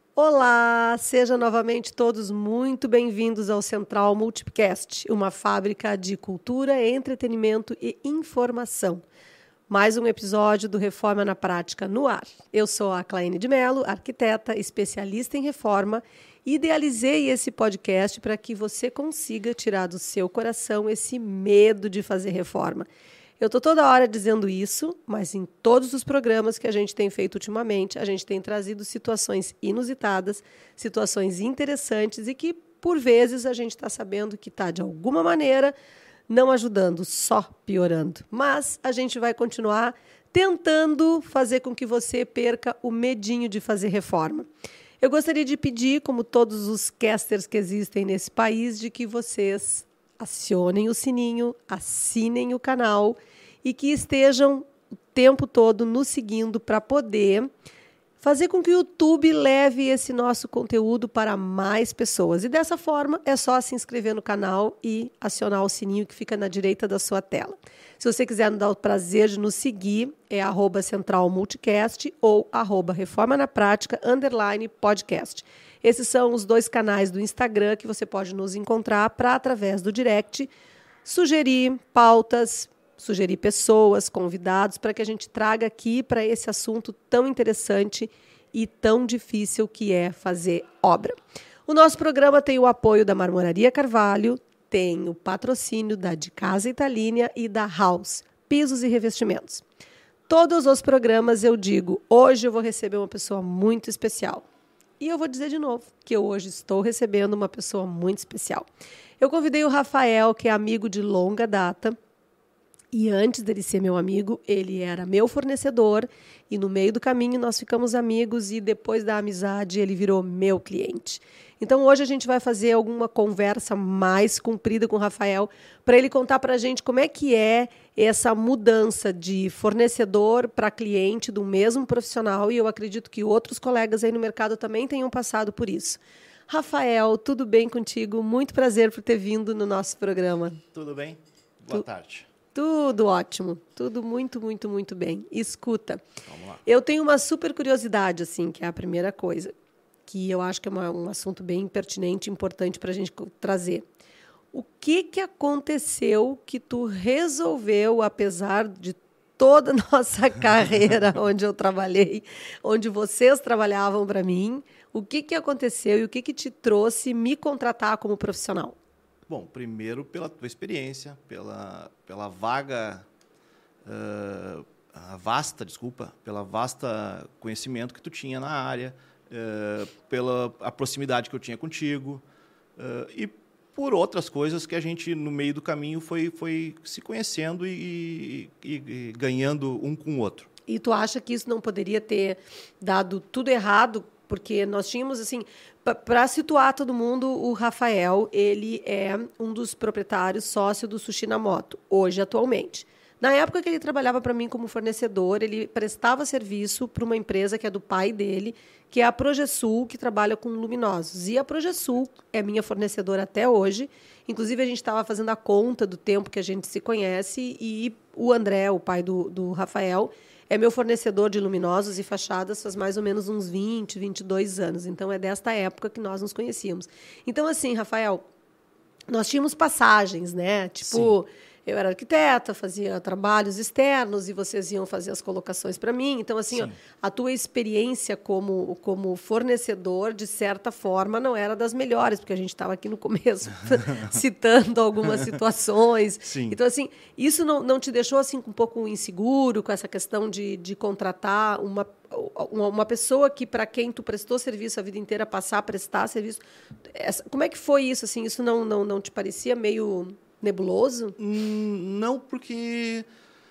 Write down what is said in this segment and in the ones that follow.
Olá, sejam novamente todos muito bem-vindos ao Central Multipcast, uma fábrica de cultura, entretenimento e informação. Mais um episódio do Reforma na Prática no ar. Eu sou a Claine de Mello, arquiteta, especialista em reforma, e idealizei esse podcast para que você consiga tirar do seu coração esse medo de fazer reforma. Eu estou toda hora dizendo isso, mas em todos os programas que a gente tem feito ultimamente, a gente tem trazido situações inusitadas, situações interessantes e que, por vezes, a gente está sabendo que está, de alguma maneira, não ajudando, só piorando. Mas a gente vai continuar tentando fazer com que você perca o medinho de fazer reforma. Eu gostaria de pedir, como todos os casters que existem nesse país, de que vocês acionem o sininho, assinem o canal e que estejam o tempo todo nos seguindo para poder fazer com que o YouTube leve esse nosso conteúdo para mais pessoas. E dessa forma, é só se inscrever no canal e acionar o sininho que fica na direita da sua tela. Se você quiser nos dar o prazer de nos seguir, é @centralmulticast ou @reformanaprática_podcast. Esses são os dois canais do Instagram que você pode nos encontrar para, através do direct, sugerir pautas, sugerir pessoas, convidados, para que a gente traga aqui para esse assunto tão interessante e tão difícil que é fazer obra. O nosso programa tem o apoio da Marmoraria Carvalho, tem o patrocínio da De Casa Italínia e da House, pisos e revestimentos. Todos os programas eu digo, hoje eu vou receber uma pessoa muito especial. E eu vou dizer de novo que eu hoje estou recebendo uma pessoa muito especial. Eu convidei o Rafael, que é amigo de longa data, e antes dele ser meu amigo, ele era meu fornecedor, e no meio do caminho nós ficamos amigos, e depois da amizade ele virou meu cliente. Então hoje a gente vai fazer alguma conversa mais comprida com o Rafael, para ele contar para a gente como é que é essa mudança de fornecedor para cliente do mesmo profissional, e eu acredito que outros colegas aí no mercado também tenham passado por isso. Rafael, tudo bem contigo? Muito prazer por ter vindo no nosso programa. Tudo bem? Boa tarde. Tudo ótimo, tudo muito, muito, muito bem. Escuta, Vamos lá. eu tenho uma super curiosidade, assim, que é a primeira coisa, que eu acho que é um assunto bem pertinente e importante para a gente trazer. O que aconteceu que tu resolveu, apesar de toda a nossa carreira onde eu trabalhei, onde vocês trabalhavam para mim, o que aconteceu e o que te trouxe me contratar como profissional? Bom, primeiro pela tua experiência, pela vaga, pela vasta conhecimento que tu tinha na área, pela a proximidade que eu tinha contigo, e por outras coisas que a gente, no meio do caminho, foi se conhecendo e ganhando um com o outro. E tu acha que isso não poderia ter dado tudo errado? Porque nós tínhamos, assim, para situar todo mundo, o Rafael, ele é um dos proprietários, sócio do Sushi na Moto, hoje, atualmente. Na época que ele trabalhava para mim como fornecedor, ele prestava serviço para uma empresa que é do pai dele, que é a Projesul, que trabalha com luminosos. E a Projesul é minha fornecedora até hoje. Inclusive, a gente estava fazendo a conta do tempo que a gente se conhece e o André, o pai do Rafael, é meu fornecedor de luminosos e fachadas faz mais ou menos uns 20, 22 anos. Então, é desta época que nós nos conhecíamos. Então, assim, Rafael, nós tínhamos passagens, né? Tipo, sim, eu era arquiteta, fazia trabalhos externos e vocês iam fazer as colocações para mim. Então, assim, ó, a tua experiência como fornecedor, de certa forma, não era das melhores, porque a gente estava aqui no começo citando algumas situações. Sim. Então, assim, isso não te deixou assim, um pouco inseguro com essa questão de contratar uma pessoa que, para quem tu prestou serviço a vida inteira, passar a prestar serviço? Como é que foi isso? Assim, isso não te parecia meio nebuloso? Não, porque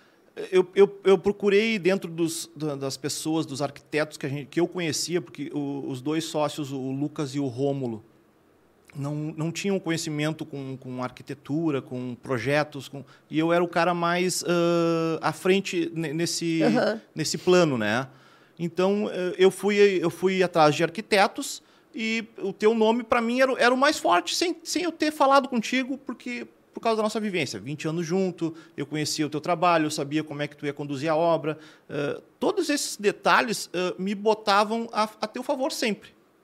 eu procurei dentro das pessoas, dos arquitetos que eu conhecia, porque os dois sócios, o Lucas e o Rômulo, não tinham conhecimento com arquitetura, com projetos, e eu era o cara mais à frente nesse plano, né? Então, eu fui atrás de arquitetos e o teu nome, para mim, era o mais forte, sem eu ter falado contigo, por causa da nossa vivência. 20 anos junto, eu conhecia o teu trabalho, eu sabia como é que tu ia conduzir a obra. Todos esses detalhes me botavam a teu favor sempre.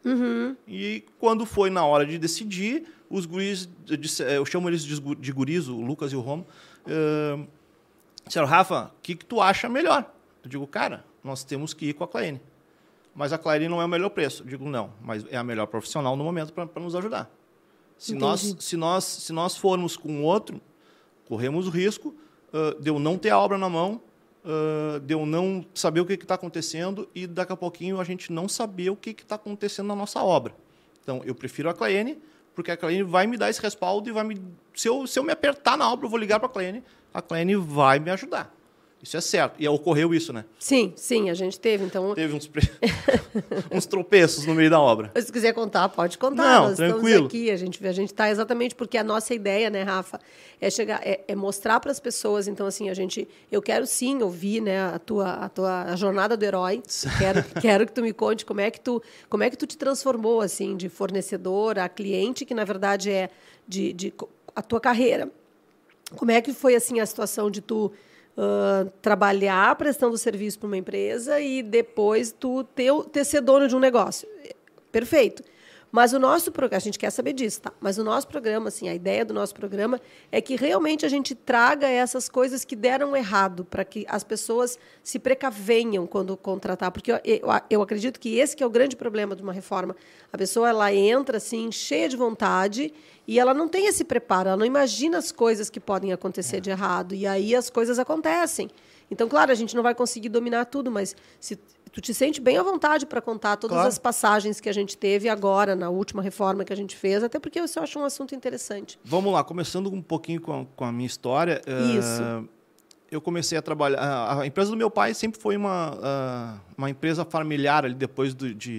E quando foi na hora de decidir, os guris, eu chamo eles de guris, o Lucas e o Romo, disseram, Rafa, o que tu acha melhor? Eu digo, cara, nós temos que ir com a Claene. Mas a Claene não é o melhor preço. Eu digo, não, mas é a melhor profissional no momento para nos ajudar. Se nós formos com outro, corremos o risco de eu não ter a obra na mão, de eu não saber o que está acontecendo e daqui a pouquinho a gente não saber o que está acontecendo na nossa obra. Então, eu prefiro a Claene, porque a Claene vai me dar esse respaldo e vai me... Se eu me apertar na obra, eu vou ligar para a Claene vai me ajudar. Isso é certo. E ocorreu isso, né? Sim, a gente teve. Então... Teve uns tropeços no meio da obra. Se quiser contar, pode contar. Não, nós tranquilo. Estamos aqui, a gente está exatamente porque a nossa ideia, né, Rafa, é mostrar para as pessoas. Então, assim, eu quero sim ouvir, né, a jornada do herói. Quero que tu me conte como é que tu te transformou, assim, de fornecedor a cliente, que na verdade é a tua carreira. Como é que foi, assim, a situação de tu trabalhar prestando serviço para uma empresa e depois tu ser dono de um negócio? Perfeito. Mas o nosso programa, a gente quer saber disso, tá? Mas o nosso programa, assim, a ideia do nosso programa é que realmente a gente traga essas coisas que deram errado para que as pessoas se precavenham quando contratar, porque eu acredito que esse que é o grande problema de uma reforma. A pessoa, ela entra assim cheia de vontade e ela não tem esse preparo, ela não imagina as coisas que podem acontecer de errado e aí as coisas acontecem. Então, claro, a gente não vai conseguir dominar tudo, mas se tu te sente bem à vontade para contar todas as passagens que a gente teve agora, na última reforma que a gente fez, até porque eu acho um assunto interessante. Vamos lá, começando um pouquinho com a minha história. Isso. Eu comecei a trabalhar... A empresa do meu pai sempre foi uma empresa familiar, ali depois de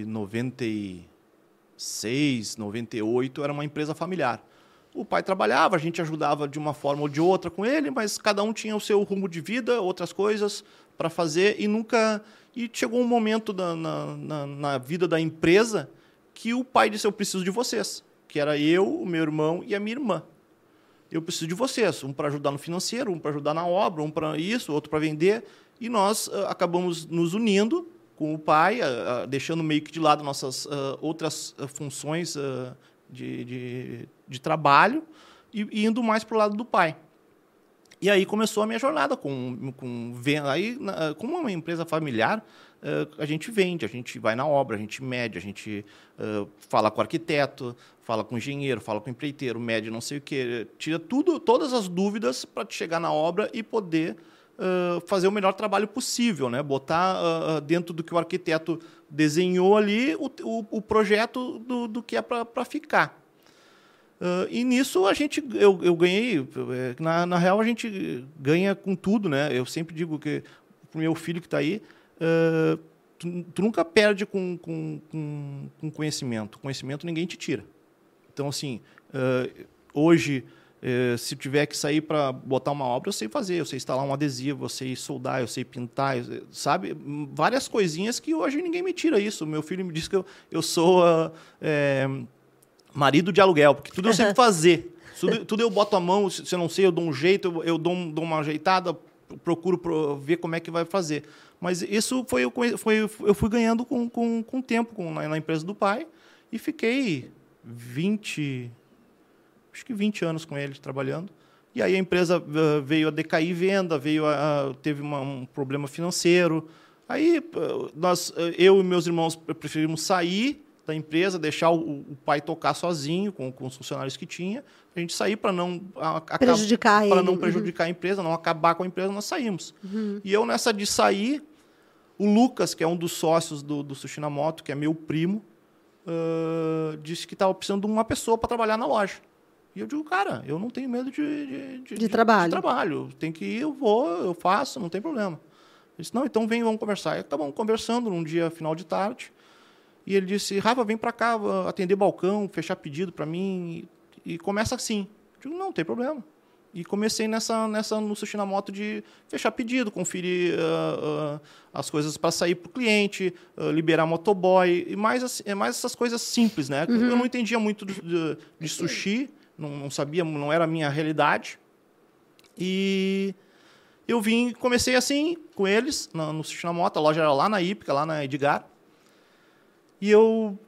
96, 98, era uma empresa familiar. O pai trabalhava, a gente ajudava de uma forma ou de outra com ele, mas cada um tinha o seu rumo de vida, outras coisas para fazer e nunca... E chegou um momento na vida da empresa que o pai disse, eu preciso de vocês. Que era eu, o meu irmão e a minha irmã. Eu preciso de vocês. Um para ajudar no financeiro, um para ajudar na obra, um para isso, outro para vender. E nós acabamos nos unindo com o pai, deixando meio que de lado nossas outras funções de trabalho e indo mais para o lado do pai. E aí começou a minha jornada com venda. Aí, como uma empresa familiar, a gente vende, a gente vai na obra, a gente mede, a gente fala com o arquiteto, fala com o engenheiro, fala com o empreiteiro, mede não sei o quê, tira todas as dúvidas para chegar na obra e poder fazer o melhor trabalho possível, né? Botar dentro do que o arquiteto desenhou ali o projeto do que é para ficar. E nisso eu ganhei, na real a gente ganha com tudo, né? Eu sempre digo que para o meu filho que está aí, tu nunca perde com conhecimento. Conhecimento ninguém te tira. Então, assim, hoje, se tiver que sair para botar uma obra, eu sei fazer, eu sei instalar um adesivo, eu sei soldar, eu sei pintar, sabe? Várias coisinhas que hoje ninguém me tira isso. Meu filho me diz que eu sou... marido de aluguel, porque tudo eu sei fazer. Tudo eu boto a mão, se eu não sei, eu dou um jeito, eu dou uma ajeitada, procuro ver como é que vai fazer. Mas isso eu fui ganhando com o tempo na empresa do pai e fiquei 20 anos com ele trabalhando. E aí a empresa veio a decair venda, teve um problema financeiro. Aí eu e meus irmãos preferimos sair da empresa, deixar o pai tocar sozinho com os funcionários que tinha. A gente sair para não prejudicar a empresa, não acabar com a empresa, nós saímos. E eu, nessa de sair, o Lucas, que é um dos sócios do Sushi na Moto, que é meu primo, disse que estava precisando de uma pessoa para trabalhar na loja. E eu digo, cara, eu não tenho medo de trabalho. Tem que ir, eu faço, não tem problema. Ele disse, não, então vamos conversar. E acabamos conversando num dia final de tarde. E ele disse, Rafa, vem para cá, atender balcão, fechar pedido para mim. E começa assim. Eu digo, não tem problema. E comecei no Sushi na Moto de fechar pedido, conferir as coisas para sair para o cliente, liberar motoboy, e mais essas coisas simples, né? Eu não entendia muito de sushi, não sabia, não era a minha realidade. E eu comecei assim com eles, no Sushi na Moto, a loja era lá na Ípica, lá na Edgar. E eu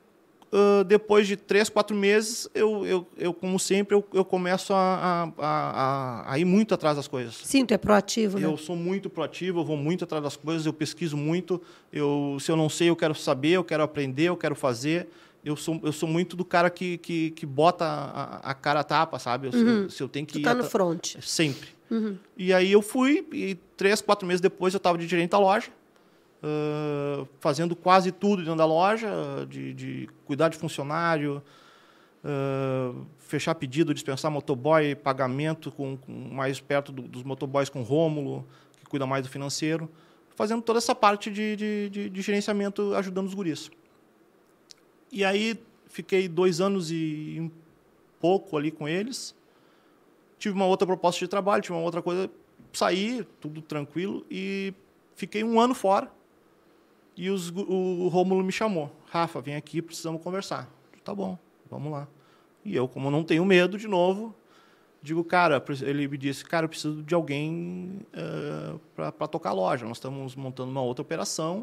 depois de 3, 4 meses, eu como sempre, eu começo a ir muito atrás das coisas. Sim, tu é proativo, né? Eu sou muito proativo, eu vou muito atrás das coisas, eu pesquiso muito. Se eu não sei, eu quero saber, eu quero aprender, eu quero fazer. Eu sou muito do cara que bota a cara a tapa, sabe? Se eu tenho que tu tá no front. Sempre. E aí eu fui, e 3, 4 meses depois eu estava de gerente da loja, fazendo quase tudo dentro da loja, de cuidar de funcionário, fechar pedido, dispensar motoboy, pagamento mais perto dos motoboys com o Rômulo, que cuida mais do financeiro, fazendo toda essa parte de gerenciamento, ajudando os guris. E aí fiquei 2 anos e um pouco ali com eles, tive uma outra proposta de trabalho, tive uma outra coisa, saí, tudo tranquilo, e fiquei 1 ano fora. E o Rômulo me chamou. Rafa, vem aqui, precisamos conversar. Tá bom, vamos lá. E eu, como não tenho medo, de novo, digo, cara, ele me disse, cara, eu preciso de alguém para tocar a loja. Nós estamos montando uma outra operação,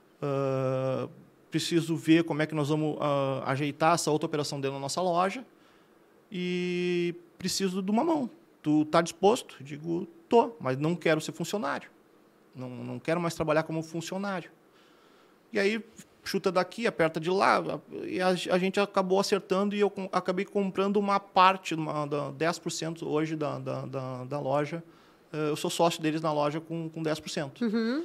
preciso ver como é que nós vamos ajeitar essa outra operação dentro da nossa loja e preciso de uma mão. Tu tá disposto? Digo, tô, mas não quero ser funcionário. Não quero mais trabalhar como funcionário. E aí, chuta daqui, aperta de lá, e a gente acabou acertando e eu acabei comprando uma parte, 10% hoje da loja. Eu sou sócio deles na loja com 10%.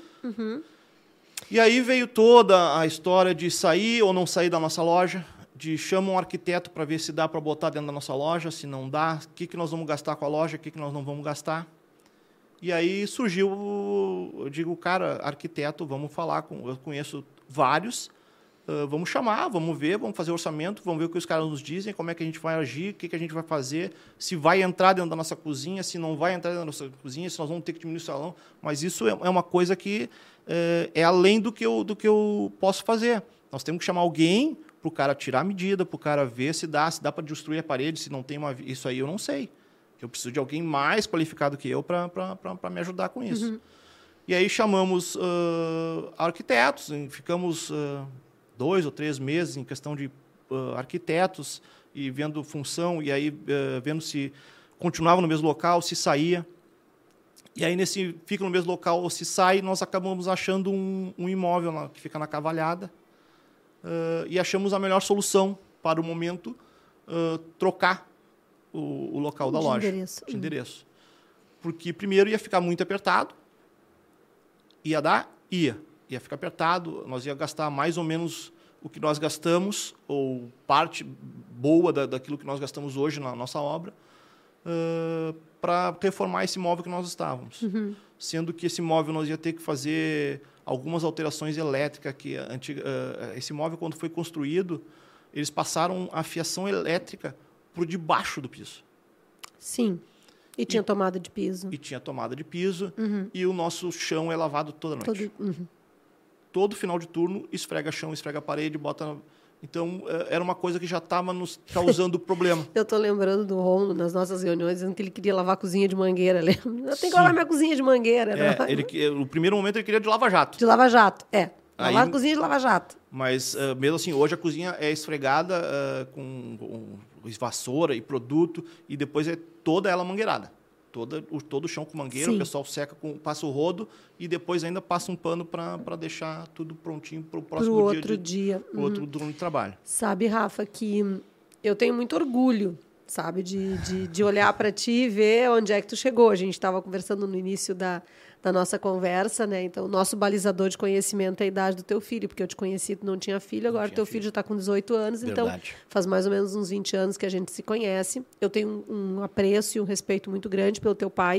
E aí veio toda a história de sair ou não sair da nossa loja, de chama um arquiteto para ver se dá para botar dentro da nossa loja, se não dá, o que nós vamos gastar com a loja, o que nós não vamos gastar. E aí surgiu, eu digo, cara, arquiteto, vamos falar eu conheço vários, vamos chamar, vamos ver, vamos fazer orçamento, vamos ver o que os caras nos dizem, como é que a gente vai agir, o que a gente vai fazer, se vai entrar dentro da nossa cozinha, se não vai entrar dentro da nossa cozinha, se nós vamos ter que diminuir o salão. Mas isso é uma coisa que é além do que eu posso fazer. Nós temos que chamar alguém para o cara tirar a medida, para o cara ver se dá para destruir a parede, se não tem isso aí eu não sei. Eu preciso de alguém mais qualificado que eu para me ajudar com isso. E aí chamamos arquitetos, ficamos 2 ou 3 meses em questão de arquitetos e vendo função, e aí vendo se continuava no mesmo local, se saía. E aí, fica no mesmo local ou se sai, nós acabamos achando um imóvel que fica na Cavalhada e achamos a melhor solução para o momento, trocar o local da loja. De endereço. Porque, primeiro, ia ficar muito apertado. Ia ficar apertado. Nós ia gastar mais ou menos o que nós gastamos, ou parte boa daquilo que nós gastamos hoje na nossa obra, para reformar esse imóvel que nós estávamos. Sendo que esse imóvel nós ia ter que fazer algumas alterações elétricas. Esse imóvel, quando foi construído, eles passaram a fiação elétrica por debaixo do piso. Sim. E tinha tomada de piso. E tinha tomada de piso. E o nosso chão é lavado toda noite. Todo final de turno, esfrega chão, esfrega a parede, bota... Então, era uma coisa que já estava nos causando problema. Eu estou lembrando do Rômulo, nas nossas reuniões, dizendo que ele queria lavar a cozinha de mangueira. Eu tenho que lavar minha cozinha de mangueira. No primeiro momento, ele queria de lava-jato. De lava-jato, lavar a cozinha de lava-jato. Mas, mesmo assim, hoje a cozinha é esfregada com vassoura e produto, e depois é toda ela mangueirada. Todo o chão com mangueira, sim. O pessoal seca, passa o rodo e depois ainda passa um pano para deixar tudo prontinho para o próximo dia. Outro turno de trabalho. Sabe, Rafa, que eu tenho muito orgulho, sabe, de olhar para ti e ver onde é que tu chegou. A gente estava conversando no início da nossa conversa, né? Então, o nosso balizador de conhecimento é a idade do teu filho, porque eu te conheci, tu não tinha filho, agora teu filho já está com 18 anos, verdade. Então faz mais ou menos uns 20 anos que a gente se conhece. Eu tenho um apreço e um respeito muito grande pelo teu pai.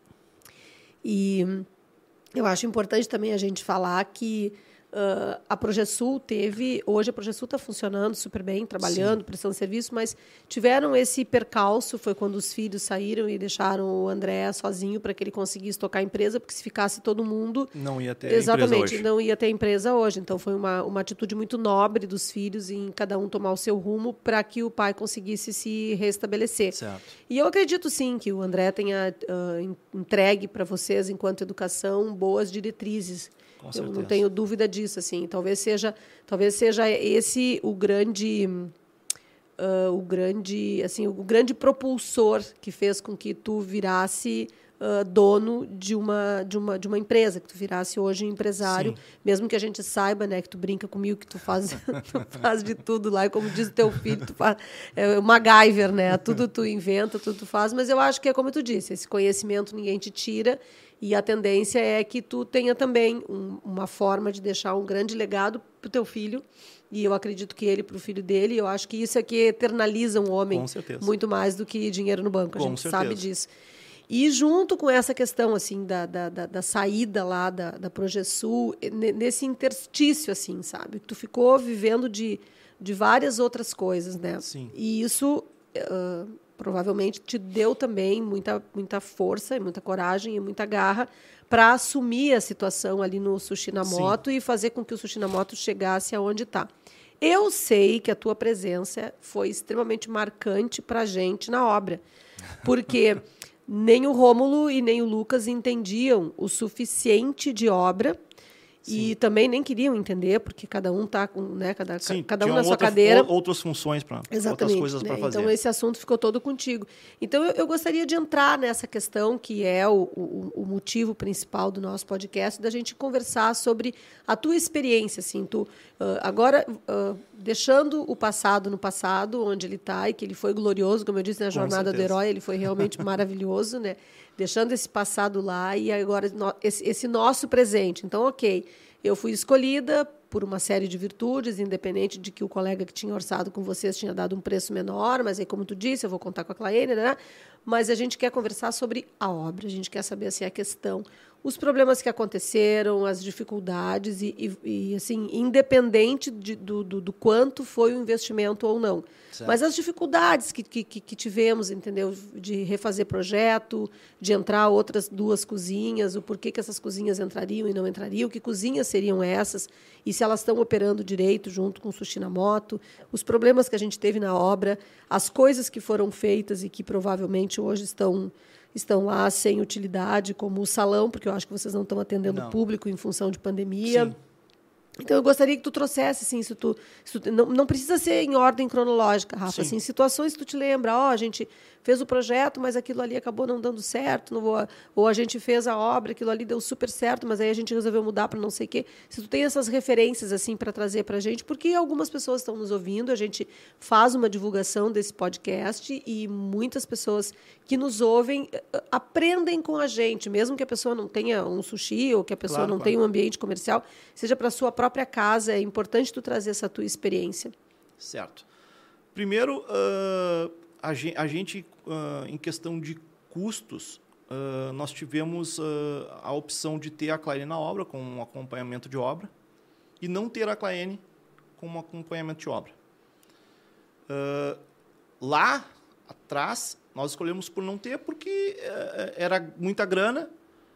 E eu acho importante também a gente falar que a Progesul hoje a Progesul está funcionando super bem, trabalhando, sim. Prestando serviço, mas tiveram esse percalço, foi quando os filhos saíram e deixaram o André sozinho para que ele conseguisse tocar a empresa, porque se ficasse todo mundo... Não ia ter empresa hoje. Não ia ter empresa hoje. Então, foi uma atitude muito nobre dos filhos em cada um tomar o seu rumo para que o pai conseguisse se restabelecer. Certo. E eu acredito, sim, que o André tenha entregue para vocês, enquanto educação, boas diretrizes Com Eu certeza. não tenho dúvida disso, assim. Talvez seja esse o grande grande propulsor que fez com que tu virasse dono de uma empresa, que tu virasse hoje empresário, Sim. mesmo que a gente saiba, né, que tu brinca comigo, que tu faz, tu faz de tudo lá, e como diz o teu filho, tu faz o MacGyver, né, tudo tu inventa, tudo tu faz, mas eu acho que é como tu disse, esse conhecimento ninguém te tira, e a tendência é que tu tenha também uma forma de deixar um grande legado para o teu filho, e eu acredito que ele para o filho dele, eu acho que isso é que eternaliza um homem muito mais do que dinheiro no banco, a gente sabe disso. E junto com essa questão assim da saída lá da Projesul, nesse interstício, assim, sabe? Tu ficou vivendo de várias outras coisas, né? Sim. E isso provavelmente te deu também muita força, e muita coragem e muita garra para assumir a situação ali no Sushi na Moto e fazer com que o Sushi na Moto chegasse aonde está. Eu sei que a tua presença foi extremamente marcante para a gente na obra, porque nem o Rômulo e nem o Lucas entendiam o suficiente de obra. Sim. E também nem queriam entender, porque cada um está com, né, cada um na sua cadeira. Outras funções, outras coisas para fazer. Então, esse assunto ficou todo contigo. Então, eu gostaria de entrar nessa questão, que é o motivo principal do nosso podcast, da gente conversar sobre a tua experiência. Assim, agora, deixando o passado no passado, onde ele está, e que ele foi glorioso, como eu disse, na jornada do herói, ele foi realmente maravilhoso, né? Deixando esse passado lá e agora esse nosso presente. Então, ok, eu fui escolhida por uma série de virtudes, independente de que o colega que tinha orçado com vocês tinha dado um preço menor, mas aí, como tu disse, eu vou contar com a Claene, né? Mas a gente quer conversar sobre a obra, a gente quer saber assim, a questão, os problemas que aconteceram, as dificuldades e assim, independente do quanto foi o investimento ou não. Certo. Mas as dificuldades que tivemos, entendeu? De refazer projeto, de entrar outras 2 cozinhas, o porquê que essas cozinhas entrariam e não entrariam, que cozinhas seriam essas, e se elas estão operando direito junto com o Sushi na Moto, os problemas que a gente teve na obra, as coisas que foram feitas e que provavelmente hoje estão lá sem utilidade, como o salão, porque eu acho que vocês não estão atendendo o público em função de pandemia. Sim. Então, eu gostaria que tu trouxesse, assim, não precisa ser em ordem cronológica, Rafa, assim, situações que tu te lembra, a gente fez o projeto, mas aquilo ali acabou não dando certo, ou a gente fez a obra, aquilo ali deu super certo, mas aí a gente resolveu mudar para não sei o quê. Se tu tem essas referências, assim, para trazer para a gente, porque algumas pessoas estão nos ouvindo, a gente faz uma divulgação desse podcast e muitas pessoas que nos ouvem aprendem com a gente, mesmo que a pessoa não tenha um sushi ou que a pessoa não tenha um ambiente comercial, seja para a sua própria casa, é importante tu trazer essa tua experiência. Certo. Primeiro, a gente em questão de custos, nós tivemos a opção de ter a Claene na obra, com um acompanhamento de obra, e não ter a Claene com um acompanhamento de obra. Lá atrás, nós escolhemos por não ter, porque era muita grana,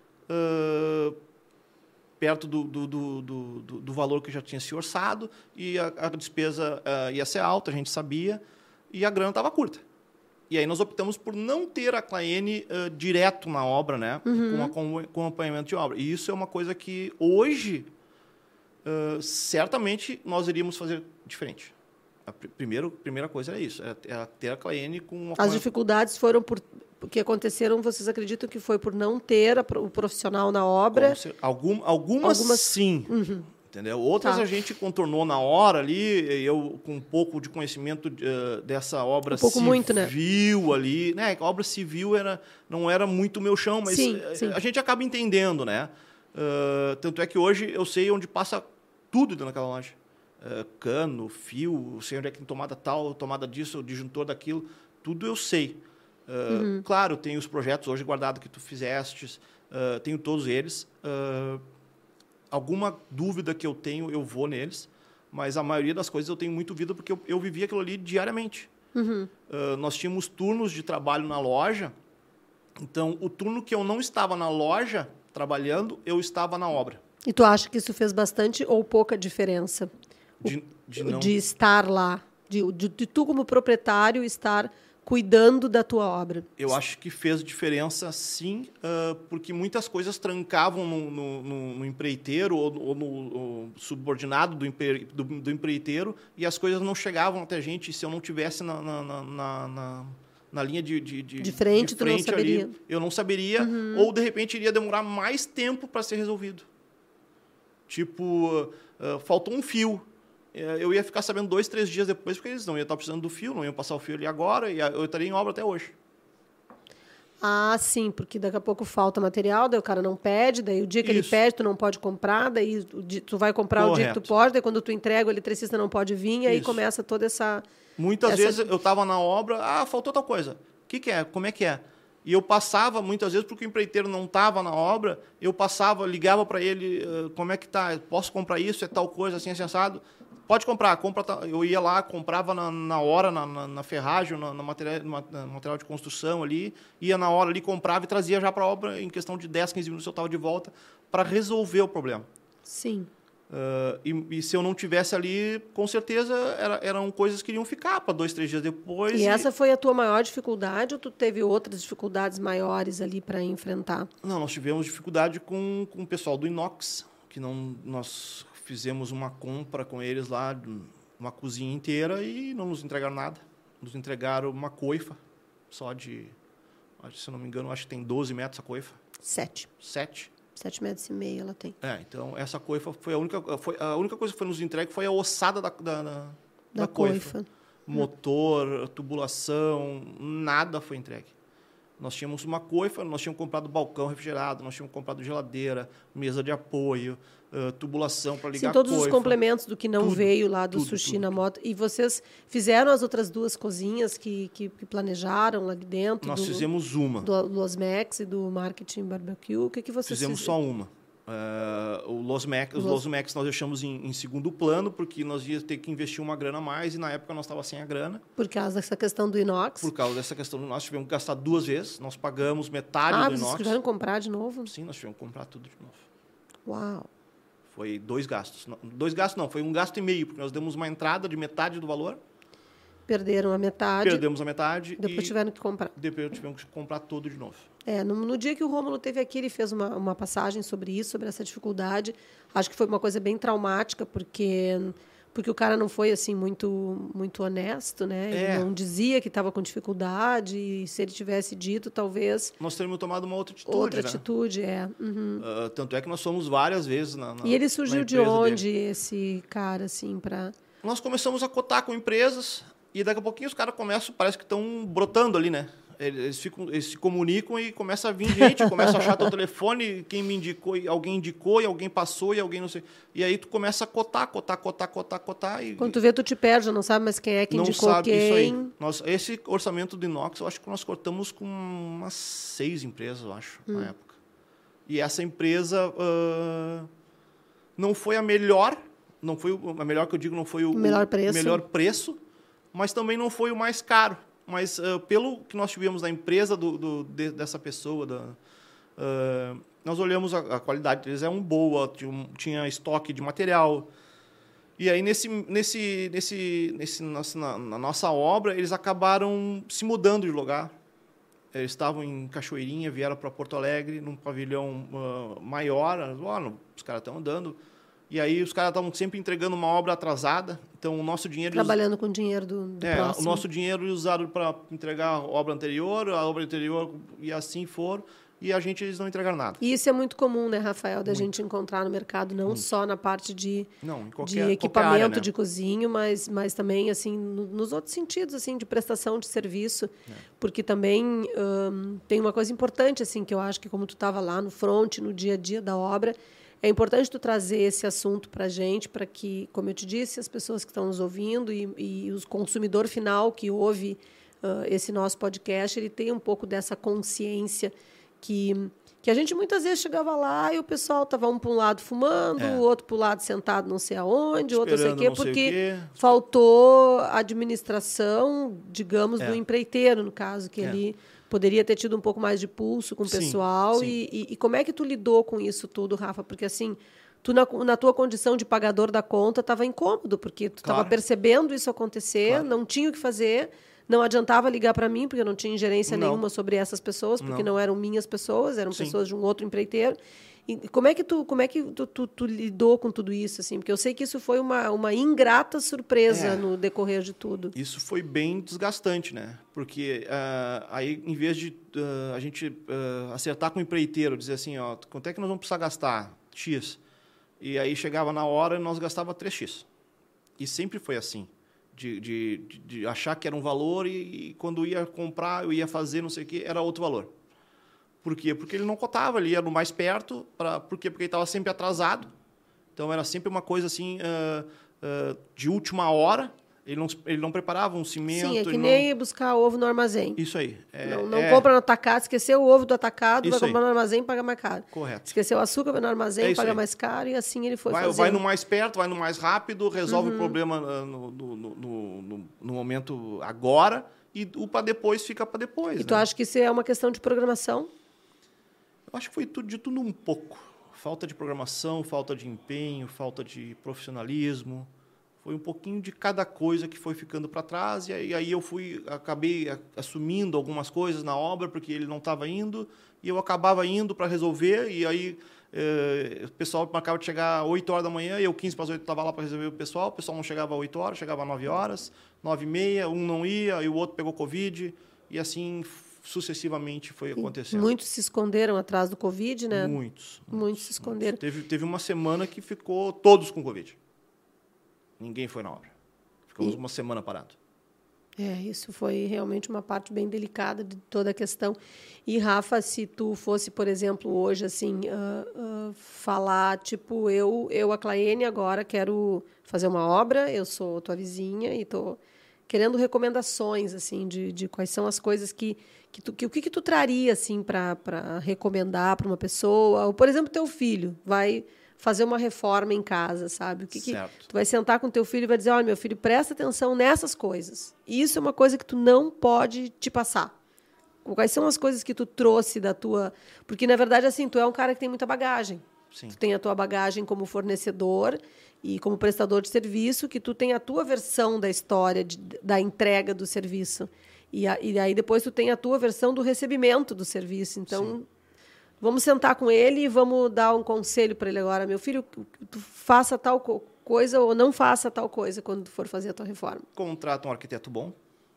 perto do valor que já tinha se orçado, e a despesa ia ser alta, a gente sabia, e a grana estava curta. E aí nós optamos por não ter a Claene direto na obra, né? Com acompanhamento de obra. E isso é uma coisa que hoje, certamente, nós iríamos fazer diferente. A primeira coisa é isso, é ter a Claene com... As dificuldades foram porque aconteceram, vocês acreditam que foi por não ter o profissional na obra? Algumas sim, entendeu? Outras a gente contornou na hora ali, eu com um pouco de conhecimento dessa obra civil, muito, né? Ali, né? A obra civil não era muito meu chão, mas sim. A gente acaba entendendo, né? Tanto é que hoje eu sei onde passa tudo dentro daquela loja. Cano, fio, sei onde é que tem tomada tal, tomada disso, disjuntor daquilo, tudo eu sei. Claro, tenho os projetos hoje guardados que tu fizeste, tenho todos eles. Alguma dúvida que eu tenho, eu vou neles, mas a maioria das coisas eu tenho muito vida porque eu vivia aquilo ali diariamente. Nós tínhamos turnos de trabalho na loja, então o turno que eu não estava na loja trabalhando, eu estava na obra. E tu acha que isso fez bastante ou pouca diferença? De estar lá, de tu como proprietário estar cuidando da tua obra? Eu acho que fez diferença, sim, porque muitas coisas trancavam no empreiteiro ou no subordinado do empreiteiro e as coisas não chegavam até a gente se eu não tivesse na linha de frente, tu não saberia. Ali, eu não saberia, ou de repente iria demorar mais tempo para ser resolvido. Tipo, faltou um fio. Eu ia ficar sabendo 2, 3 dias depois, porque eles não iam estar precisando do fio, não iam passar o fio ali agora, e eu estaria em obra até hoje. Ah, sim, porque daqui a pouco falta material, daí o cara não pede, daí o dia que ele pede, tu não pode comprar, daí tu vai comprar o dia que tu pode, daí quando tu entrega, o eletricista não pode vir, e aí começa toda essa... Muitas vezes eu estava na obra, faltou tal coisa. O que é? Como é que é? E eu passava, muitas vezes, porque o empreiteiro não estava na obra, eu passava, ligava para ele, como é que tá? Posso comprar isso? É tal coisa, assim, assado? Pode comprar, eu ia lá, comprava na hora, na ferragem, no material de construção ali, ia na hora ali, comprava e trazia já para a obra, em questão de 10, 15 minutos eu estava de volta, para resolver o problema. Sim. E se eu não tivesse ali, com certeza eram coisas que iriam ficar para 2, 3 dias depois. E essa foi a tua maior dificuldade ou tu teve outras dificuldades maiores ali para enfrentar? Não, nós tivemos dificuldade com o pessoal do inox, que nós fizemos uma compra com eles lá, uma cozinha inteira, e não nos entregaram nada. Nos entregaram uma coifa, só de, se eu não me engano, acho que tem 12 metros a coifa. 7. 7,5 metros ela tem. Então essa coifa foi a única coisa que foi nos entregue foi a ossada da coifa. Motor, tubulação, nada foi entregue. Nós tínhamos uma coifa, nós tínhamos comprado balcão refrigerado, nós tínhamos comprado geladeira, mesa de apoio, tubulação para ligar a coifa. Sim, todos os complementos do que não veio lá do Sushi na Moto. E vocês fizeram as outras 2 cozinhas que planejaram lá de dentro? Nós fizemos uma. Do Los Mex e do Marketing Barbecue. O que vocês fizemos? Só uma. Os Los Mex nós deixamos em segundo plano, porque nós íamos ter que investir uma grana a mais, e na época nós estávamos sem a grana. Por causa dessa questão do inox? Por causa dessa questão do inox, tivemos que gastar 2 vezes. Nós pagamos metade do inox. Vocês tiveram que comprar de novo? Sim, nós tivemos que comprar tudo de novo. Uau! Foi 2 gastos. 2 gastos não, foi 1,5 gasto, porque nós demos uma entrada de metade do valor. Perderam a metade. Perdemos a metade. Depois tiveram que comprar. Depois tivemos que comprar tudo de novo. No dia que o Rômulo esteve aqui, ele fez uma passagem sobre isso, sobre essa dificuldade. Acho que foi uma coisa bem traumática, porque o cara não foi assim muito honesto, né? Ele não dizia que estava com dificuldade, e se ele tivesse dito, talvez... Nós teríamos tomado uma outra atitude. Tanto é que nós fomos várias vezes E ele surgiu de onde, esse cara, assim, para... Nós começamos a cotar com empresas, e daqui a pouquinho os caras começam, parece que estão brotando ali, né? Eles se comunicam e começa a vir gente, começa a achar teu telefone, quem me indicou, alguém indicou, e alguém passou, e alguém não sei. E aí tu começa a cotar. E quando tu vê, tu te perde, não sabe mais quem é que indicou não sabe quem. Isso aí. Esse orçamento do inox, eu acho que nós cortamos com umas 6 empresas, eu acho, na época. E essa empresa não foi a melhor, a melhor que eu digo, não foi o melhor preço, mas também não foi o mais caro. Mas pelo que nós tivemos na empresa dessa pessoa, nós olhamos a qualidade deles, boa, tinha estoque de material. E aí, na nossa obra, eles acabaram se mudando de lugar. Eles estavam em Cachoeirinha, vieram para Porto Alegre, num pavilhão maior. Os caras estão andando. E aí os caras estavam sempre entregando uma obra atrasada. Então, o nosso dinheiro... Trabalhando com o dinheiro do próximo. O nosso dinheiro usaram para entregar a obra anterior, e assim foram. E eles não entregaram nada. E isso é muito comum, né, Rafael, da gente encontrar no mercado, não só na parte de equipamento, área, né? De cozinho, mas também assim nos outros sentidos, assim, de prestação de serviço. Porque também tem uma coisa importante, assim, que eu acho que como tu estava lá no front, no dia a dia da obra, é importante tu trazer esse assunto para a gente, para que, como eu te disse, as pessoas que estão nos ouvindo e o consumidor final que ouve esse nosso podcast, ele tenha um pouco dessa consciência que a gente muitas vezes chegava lá e o pessoal estava um para um lado fumando, o outro para o lado sentado não sei aonde, outro não sei o quê, porque faltou administração, digamos, do empreiteiro, no caso, que ele poderia ter tido um pouco mais de pulso com o pessoal. Sim. E como é que tu lidou com isso tudo, Rafa? Porque, assim, tu, na tua condição de pagador da conta, estava incômodo, porque tu estava percebendo isso acontecer, não tinha o que fazer, Não adiantava ligar para mim, porque eu não tinha ingerência nenhuma sobre essas pessoas, porque não eram minhas pessoas, eram pessoas de um outro empreiteiro. E como é que tu lidou com tudo isso, assim? Porque eu sei que isso foi uma ingrata surpresa no decorrer de tudo. Isso foi bem desgastante, né? Porque aí, em vez de a gente acertar com o empreiteiro, dizer assim, ó, quanto é que nós vamos precisar gastar? X. E aí chegava na hora e nós gastava 3x. E sempre foi assim. De achar que era um valor e quando ia comprar, eu ia fazer, não sei o quê, era outro valor. Por quê? Porque ele não cotava, ele ia no mais perto. Por quê? Porque ele estava sempre atrasado. Então, era sempre uma coisa assim, de última hora. Ele não preparava um cimento. Sim, é que nem ir buscar ovo no armazém. Isso aí. Não compra no atacado, esqueceu o ovo do atacado, Isso vai comprar aí. no armazém e paga mais caro. Correto. Esqueceu o açúcar, vai no armazém, paga mais caro, e assim ele foi fazendo. Vai no mais perto, vai no mais rápido, resolve o problema no momento agora, e o para depois fica para depois. E tu acha que isso é uma questão de programação? Eu acho que foi de tudo um pouco. Falta de programação, falta de empenho, falta de profissionalismo. Foi um pouquinho de cada coisa que foi ficando para trás. E aí eu acabei assumindo algumas coisas na obra, porque ele não estava indo. E eu acabava indo para resolver. E aí o pessoal marcava de chegar às 8 horas da manhã. E eu, 15 para as 8, estava lá para resolver o pessoal. O pessoal não chegava às 8 horas, chegava às 9 horas, 9h30. Um não ia, e o outro pegou Covid. E assim sucessivamente foi acontecendo. Muitos se esconderam atrás do Covid, né? Muitos se esconderam. Teve uma semana que ficou todos com Covid. Ninguém foi na obra. Ficamos uma semana parado. Isso foi realmente uma parte bem delicada de toda a questão. E, Rafa, se tu fosse, por exemplo, hoje, assim, falar, tipo, eu, a Claene, agora quero fazer uma obra, eu sou tua vizinha e estou querendo recomendações, assim, de quais são as coisas o que tu traria, assim, para recomendar para uma pessoa. Ou, por exemplo, teu filho vai fazer uma reforma em casa, sabe? Tu vai sentar com teu filho e vai dizer, olha, meu filho, presta atenção nessas coisas. Isso é uma coisa que tu não pode te passar. Quais são as coisas que tu trouxe da tua... Porque, na verdade, assim, tu é um cara que tem muita bagagem. Sim. Tu tem a tua bagagem como fornecedor e como prestador de serviço, que tu tem a tua versão da história, da entrega do serviço. E aí depois tu tem a tua versão do recebimento do serviço. Então... Sim. Vamos sentar com ele e vamos dar um conselho para ele agora. Meu filho, tu faça tal coisa ou não faça tal coisa quando tu for fazer a tua reforma. Contrata um arquiteto bom.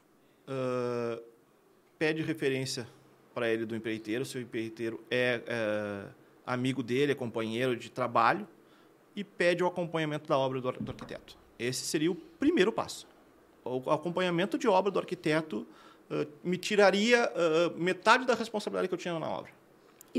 Pede referência para ele do empreiteiro. Se o empreiteiro é amigo dele, é companheiro de trabalho. E pede o acompanhamento da obra do arquiteto. Esse seria o primeiro passo. O acompanhamento de obra do arquiteto me tiraria metade da responsabilidade que eu tinha na obra. E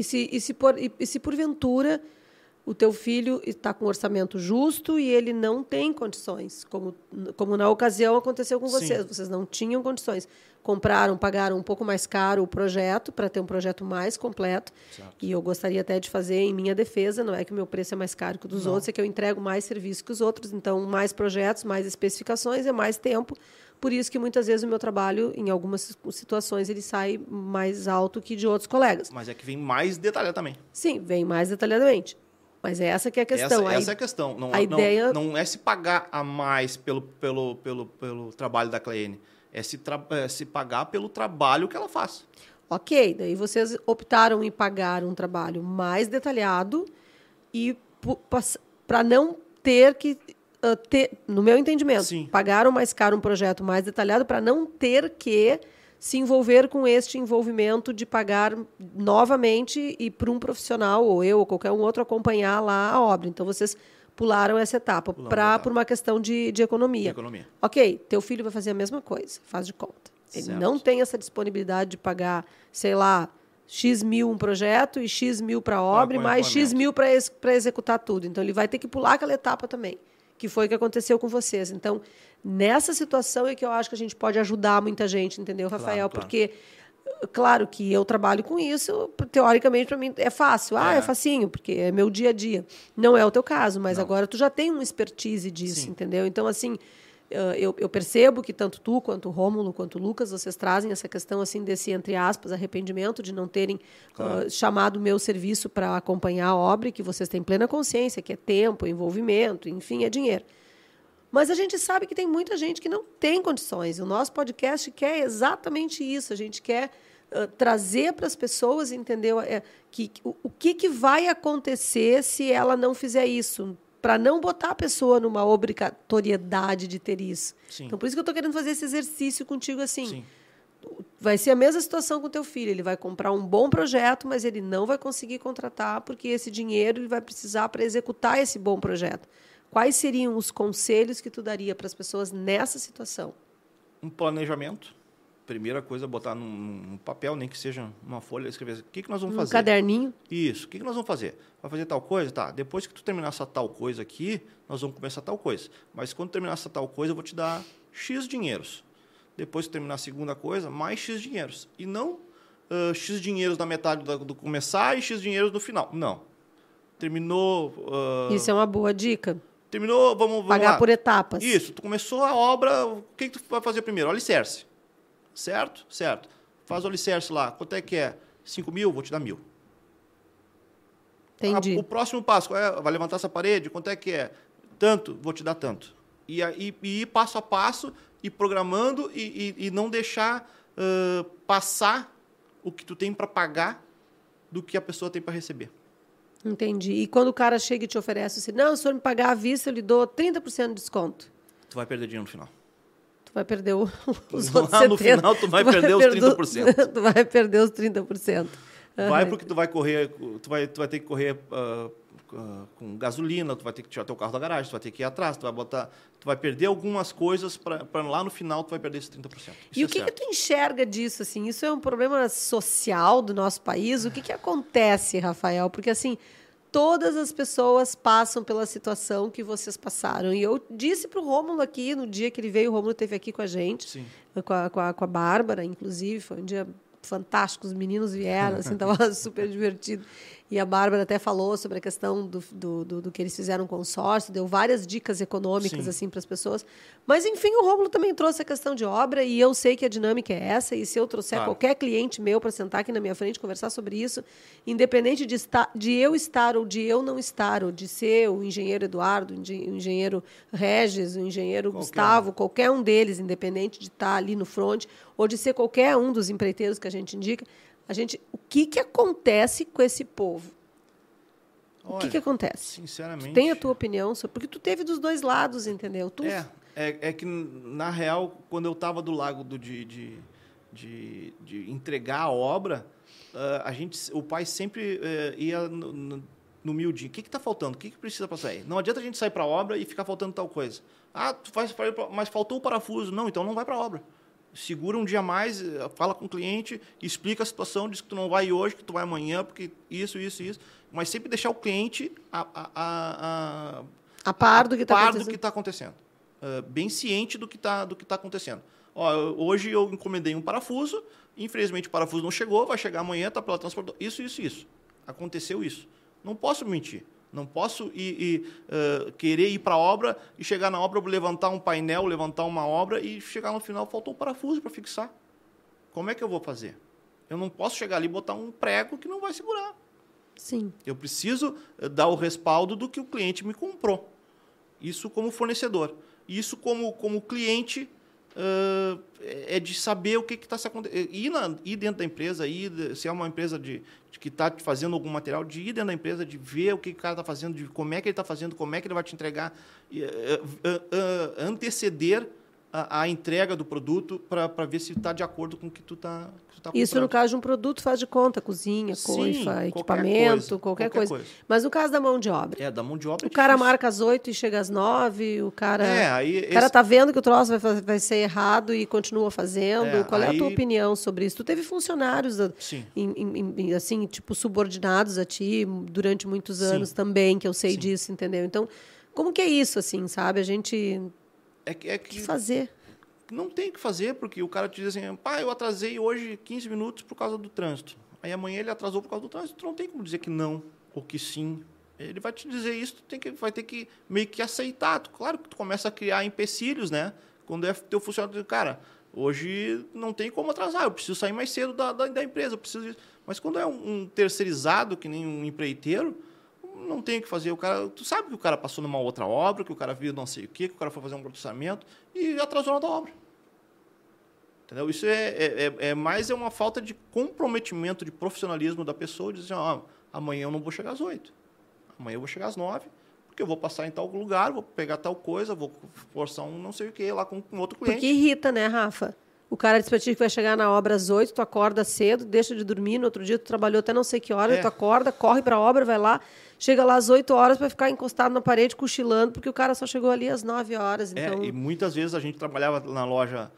se porventura o teu filho está com um orçamento justo e ele não tem condições, como na ocasião aconteceu com vocês. Sim. Vocês não tinham condições. Pagaram um pouco mais caro o projeto para ter um projeto mais completo. Exato. E eu gostaria até de fazer em minha defesa, não é que o meu preço é mais caro que o dos outros, é que eu entrego mais serviço que os outros. Então, mais projetos, mais especificações, é mais tempo. Por isso que muitas vezes o meu trabalho, em algumas situações, ele sai mais alto que de outros colegas. Mas é que vem mais detalhado também. Sim, vem mais detalhadamente. Mas essa que é a questão. Essa é a questão. Não é se pagar a mais pelo trabalho da Claene. É se pagar pelo trabalho que ela faz. Ok, daí vocês optaram em pagar um trabalho mais detalhado e para não ter que... no meu entendimento, Sim. Pagaram mais caro um projeto mais detalhado para não ter que se envolver com este envolvimento de pagar novamente e para um profissional, ou eu, ou qualquer um outro, acompanhar lá a obra. Então, vocês pularam essa etapa por uma questão de economia. Ok, teu filho vai fazer a mesma coisa, faz de conta. Ele não tem essa disponibilidade de pagar, sei lá, X mil um projeto e X mil para a obra e mais X mil para executar tudo. Então, ele vai ter que pular aquela etapa também, que foi o que aconteceu com vocês. Então, nessa situação é que eu acho que a gente pode ajudar muita gente, entendeu, Rafael? Claro. Porque, claro que eu trabalho com isso, teoricamente, para mim, é fácil. É facinho, porque é meu dia a dia. Não é o teu caso, mas agora tu já tem uma expertise disso, Sim. entendeu? Então, assim, eu percebo que tanto tu, quanto o Rômulo, quanto o Lucas, vocês trazem essa questão, assim, desse, entre aspas, arrependimento de não terem chamado o meu serviço para acompanhar a obra, e que vocês têm plena consciência que é tempo, envolvimento, enfim, é dinheiro. Mas a gente sabe que tem muita gente que não tem condições. O nosso podcast quer exatamente isso. A gente quer trazer para as pessoas, entendeu? O que vai acontecer se ela não fizer isso? Para não botar a pessoa numa obrigatoriedade de ter isso. Sim. Então, por isso que eu estou querendo fazer esse exercício contigo assim. Sim. Vai ser a mesma situação com o teu filho. Ele vai comprar um bom projeto, mas ele não vai conseguir contratar porque esse dinheiro ele vai precisar para executar esse bom projeto. Quais seriam os conselhos que tu daria para as pessoas nessa situação? Um planejamento. Primeira coisa, botar num papel, nem que seja uma folha, escrever o que nós vamos fazer. Um caderninho. Isso. O que nós vamos fazer? Vai fazer tal coisa? Tá. Depois que tu terminar essa tal coisa aqui, nós vamos começar tal coisa. Mas quando terminar essa tal coisa, eu vou te dar X dinheiros. Depois que terminar a segunda coisa, mais X dinheiros. E não X dinheiros na metade do começar e X dinheiros no final. Não. Terminou... Isso é uma boa dica. Terminou, vamos pagar lá. Por etapas. Isso. Tu começou a obra, o que tu vai fazer primeiro? Alicerce. Certo? Certo. Faz o alicerce lá. Quanto é que é? 5 mil? Vou te dar 1.000. Entendi. O próximo passo, vai levantar essa parede? Quanto é que é? Tanto? Vou te dar tanto. E ir passo a passo, ir programando e não deixar passar o que tu tem para pagar do que a pessoa tem para receber. Entendi. E quando o cara chega e te oferece assim, não, se o senhor me pagar à vista, eu lhe dou 30% de desconto. Tu vai perder dinheiro no final. Tu vai perder os outros 70%. No final, tu vai perder os 30%. Tu vai perder os 30%. Vai porque tu vai correr, tu vai ter que correr com gasolina, tu vai ter que tirar teu carro da garagem, tu vai ter que ir atrás, tu vai perder algumas coisas para lá no final tu vai perder esses 30%. E o que tu enxerga disso? Assim? Isso é um problema social do nosso país? O que acontece, Rafael? Porque assim, todas as pessoas passam pela situação que vocês passaram. E eu disse para o Rômulo aqui, no dia que ele veio, o Rômulo esteve aqui com a gente, sim, com a Bárbara, inclusive, foi um dia fantástico, os meninos vieram, assim, estava super divertido. E a Bárbara até falou sobre a questão do que eles fizeram um consórcio, deu várias dicas econômicas assim, para as pessoas. Mas, enfim, o Rômulo também trouxe a questão de obra e eu sei que a dinâmica é essa. E se eu trouxer qualquer cliente meu para sentar aqui na minha frente e conversar sobre isso, independente de eu estar ou de eu não estar, ou de ser o engenheiro Eduardo, o engenheiro Regis, o engenheiro Gustavo, qualquer um deles, independente de estar ali no front, ou de ser qualquer um dos empreiteiros que a gente indica, o que acontece com esse povo? Olha, o que acontece? Sinceramente... Tu tem a tua opinião sobre... Porque tu teve dos dois lados, entendeu? É que, na real, quando eu estava do lado de entregar a obra, o pai sempre ia no miudinho. O que está faltando? O que precisa para sair? Não adianta a gente sair para a obra e ficar faltando tal coisa. Mas faltou o parafuso. Não, então não vai para a obra. Segura um dia mais, fala com o cliente, explica a situação, diz que tu não vai hoje, que tu vai amanhã, porque isso. Mas sempre deixar o cliente a par do que está acontecendo. Bem ciente do que tá acontecendo. Hoje eu encomendei um parafuso, infelizmente o parafuso não chegou, vai chegar amanhã, está pela transportadora. Isso. Aconteceu isso. Não posso mentir. Não posso querer ir para a obra e chegar na obra, levantar um painel, levantar uma obra e chegar no final, faltou um parafuso para fixar. Como é que eu vou fazer? Eu não posso chegar ali e botar um prego que não vai segurar. Sim. Eu preciso dar o respaldo do que o cliente me comprou. Isso como fornecedor. Isso como cliente é de saber o que está se acontecendo. Ir dentro da empresa, se é uma empresa que está fazendo algum material, de ir dentro da empresa, de ver o que o cara está fazendo, de como é que ele está fazendo, como é que ele vai te entregar, anteceder a entrega do produto para ver se está de acordo com o que tu está comprando. Isso no caso de um produto faz de conta, cozinha, coifa, equipamento, qualquer coisa. Mas no caso da mão de obra. Da mão de obra. O cara marca às 8 e chega às 9, o cara tá vendo que o troço vai ser errado e continua fazendo. Qual é a tua opinião sobre isso? Tu teve funcionários assim, tipo, subordinados a ti durante muitos anos também, que eu sei disso, entendeu? Então, como que é isso, assim, sabe? A gente... O que fazer? Não tem o que fazer, porque o cara te diz assim, eu atrasei hoje 15 minutos por causa do trânsito. Aí amanhã ele atrasou por causa do trânsito. Tu não tem como dizer que não ou que sim. Ele vai te dizer isso, vai ter que meio que aceitar. Claro que tu começa a criar empecilhos, né? Quando é teu funcionário, cara, hoje não tem como atrasar, eu preciso sair mais cedo da empresa, eu preciso disso. Mas quando é um terceirizado, que nem um empreiteiro, não tem o que fazer. O cara, tu sabe que o cara passou numa outra obra, que o cara viu não sei o quê, que o cara foi fazer um processamento e atrasou na tua obra. Entendeu? Isso mais uma falta de comprometimento, de profissionalismo da pessoa, de dizer, amanhã eu não vou chegar às 8. Amanhã eu vou chegar às 9, porque eu vou passar em tal lugar, vou pegar tal coisa, vou forçar um não sei o quê lá com outro cliente. Porque irrita, né, Rafa? O cara diz pra ti que vai chegar na obra às 8, tu acorda cedo, deixa de dormir, no outro dia tu trabalhou até não sei que hora, tu acorda, corre pra obra, vai lá, chega lá às 8 horas pra ficar encostado na parede, cochilando, porque o cara só chegou ali às 9 horas. Então... E muitas vezes a gente trabalhava na loja,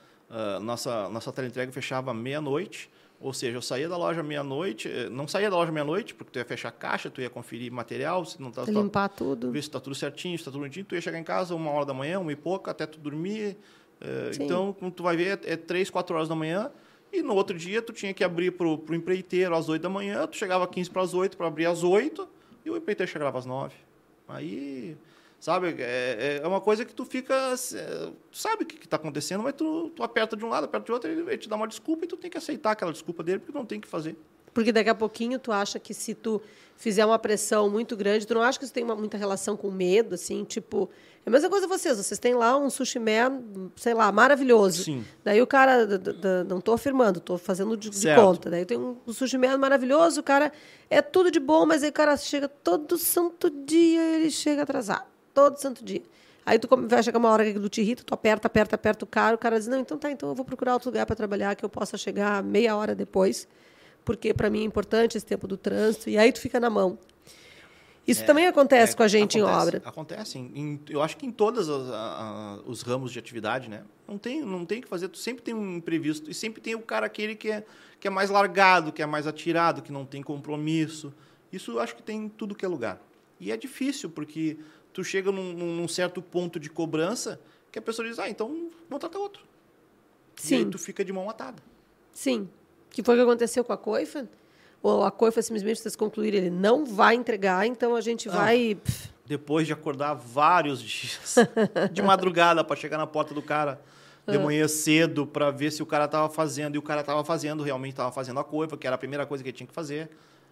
nossa teleentrega fechava meia-noite, ou seja, eu saía da loja meia-noite, não saía da loja meia-noite, porque tu ia fechar a caixa, tu ia conferir material, se não tá, limpar tudo. Ver se está tudo certinho, se está tudo bonitinho, tu ia chegar em casa 1h da manhã, 1h pouca, até tu dormir. Então, como tu vai ver, é 3, 4 horas da manhã, e no outro dia tu tinha que abrir pro empreiteiro às 8 da manhã, tu chegava 15 para as 8 para abrir às 8, e o empreiteiro chegava às 9. Aí, sabe, é uma coisa que tu fica, tu sabe o que está acontecendo, mas tu aperta de um lado, aperta de outro, ele te dá uma desculpa e tu tem que aceitar aquela desculpa dele, porque não tem o que fazer. Porque daqui a pouquinho tu acha que se tu fizer uma pressão muito grande, tu não acha que isso tem muita relação com medo, assim, tipo... É a mesma coisa vocês têm lá um sushi man, sei lá, maravilhoso. Sim. Daí o cara, não estou afirmando, estou fazendo de conta. Daí tem um sushi man maravilhoso, o cara é tudo de bom, mas aí o cara chega todo santo dia, ele chega atrasado, todo santo dia. Aí tu vai chegar uma hora que tu te irrita, tu aperta o cara diz, não, então eu vou procurar outro lugar para trabalhar, que eu possa chegar meia hora depois, porque para mim é importante esse tempo do trânsito, e aí tu fica na mão. Isso também acontece com a gente em obra. Acontece. Eu acho que em todos os ramos de atividade, né? Não tem o que fazer. Tu sempre tem um imprevisto. E sempre tem o cara aquele que é mais largado, que é mais atirado, que não tem compromisso. Isso eu acho que tem em tudo que é lugar. E é difícil, porque tu chega num certo ponto de cobrança que a pessoa diz, então vou tratar outro. Sim. E aí tu fica de mão atada. Sim. Que foi o que aconteceu com a coifa? Ou a coifa simplesmente vocês concluíram, ele não vai entregar, então a gente vai... Depois de acordar vários dias, de madrugada, para chegar na porta do cara, de manhã cedo, para ver se o cara estava fazendo, e o cara estava fazendo, realmente estava fazendo a coifa, que era a primeira coisa que ele tinha que fazer.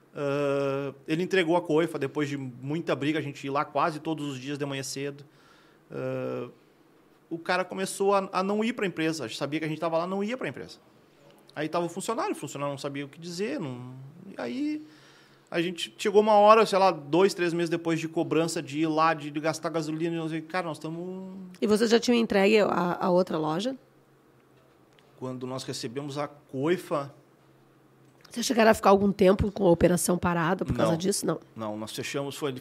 Ele entregou a coifa, depois de muita briga, a gente ia lá quase todos os dias de manhã cedo. O cara começou a não ir para a empresa, a gente sabia que a gente estava lá, não ia para a empresa. Aí estava o funcionário não sabia o que dizer. Aí a gente chegou uma hora, sei lá, 2, 3 meses depois de cobrança de ir lá, de gastar gasolina. E nós dizemos, cara, nós estamos... E vocês já tinham entregue a outra loja? Quando nós recebemos a coifa... Vocês chegaram a ficar algum tempo com a operação parada por causa disso? Não. Não, nós fechamos, foi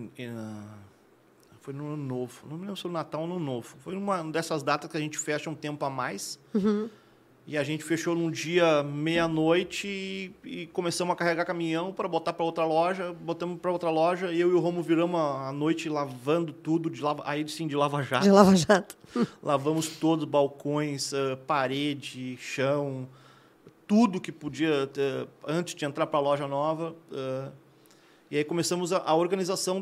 no Ano Novo. Não me lembro se foi no Natal ou no Ano Novo. Foi uma dessas datas que a gente fecha um tempo a mais. Uhum. E a gente fechou num dia, meia-noite, e começamos a carregar caminhão para botar para outra loja. Botamos para outra loja, e eu e o Romo viramos a noite lavando tudo, de lava-jato. De lava-jato. Lavamos todos, balcões, parede, chão, tudo que podia, antes de entrar para a loja nova. E aí começamos a organização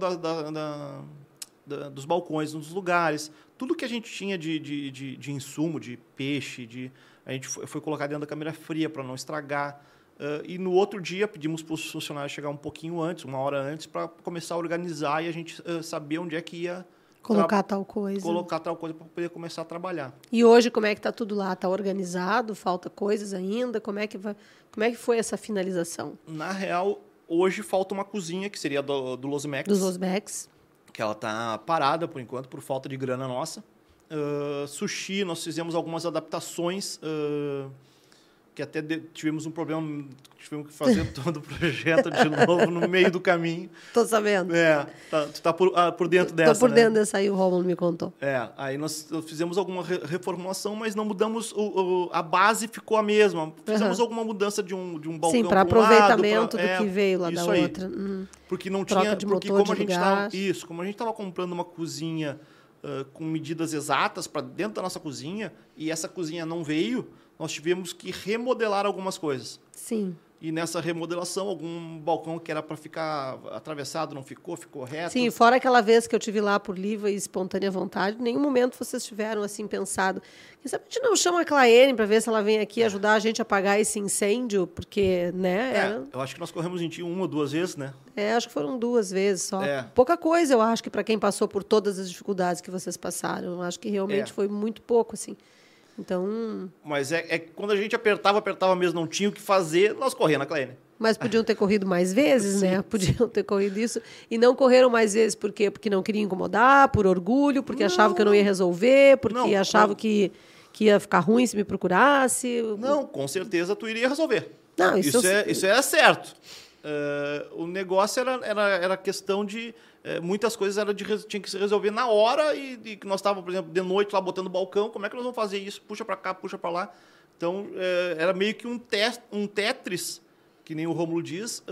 dos balcões, nos lugares. Tudo que a gente tinha de insumo, de peixe, a gente foi colocar dentro da câmera fria para não estragar. E no outro dia pedimos para os funcionários chegar um pouquinho antes, 1 hora antes, para começar a organizar e a gente saber onde é que ia colocar tal coisa. Colocar tal coisa para poder começar a trabalhar. E hoje como é que está tudo lá? Está organizado? Falta coisas ainda? Como é que foi essa finalização? Na real, hoje falta uma cozinha que seria do Los Mex. Dos Los Mex. Que ela está parada por enquanto por falta de grana nossa. Sushi, nós fizemos algumas adaptações, que até tivemos um problema, tivemos que fazer todo o projeto de novo no meio do caminho. Estou sabendo. Tu tá por dentro dessa, Estou por dentro dessa aí, o Rômulo me contou. Aí nós fizemos alguma reformulação, mas não mudamos, a base ficou a mesma. Fizemos alguma mudança de um balcão. Sim, para aproveitamento do que veio lá da outra. Porque não troca tinha, de porque motor, como de a gente gás. como a gente estava comprando uma cozinha com medidas exatas para dentro da nossa cozinha, e essa cozinha não veio, nós tivemos que remodelar algumas coisas. Sim. E nessa remodelação, algum balcão que era para ficar atravessado não ficou, ficou reto. Sim, fora aquela vez que eu tive lá por livre e espontânea vontade, em nenhum momento vocês tiveram assim pensado, quem sabe a gente não chama a Claene para ver se ela vem aqui ajudar a gente a apagar esse incêndio, porque, né? Eu acho que nós corremos em ti 1 ou 2 vezes, né? Acho que foram 2 vezes só. É. Pouca coisa, eu acho, que para quem passou por todas as dificuldades que vocês passaram. Eu acho que realmente foi muito pouco, assim. Então... Mas quando a gente apertava mesmo, não tinha o que fazer, nós corríamos na Claene. Mas podiam ter corrido mais vezes, né? Podiam ter corrido isso. E não correram mais vezes por quê? Porque não queriam incomodar, por orgulho, porque achavam que eu não ia resolver, porque achavam que ia ficar ruim se me procurasse. Não, com certeza tu iria resolver. Não, isso é certo. O negócio era questão de... muitas coisas tinha que se resolver na hora e nós estávamos, por exemplo, de noite lá botando balcão. Como é que nós vamos fazer isso? Puxa para cá, puxa para lá. Então, era meio que um Tetris, que nem o Rômulo diz,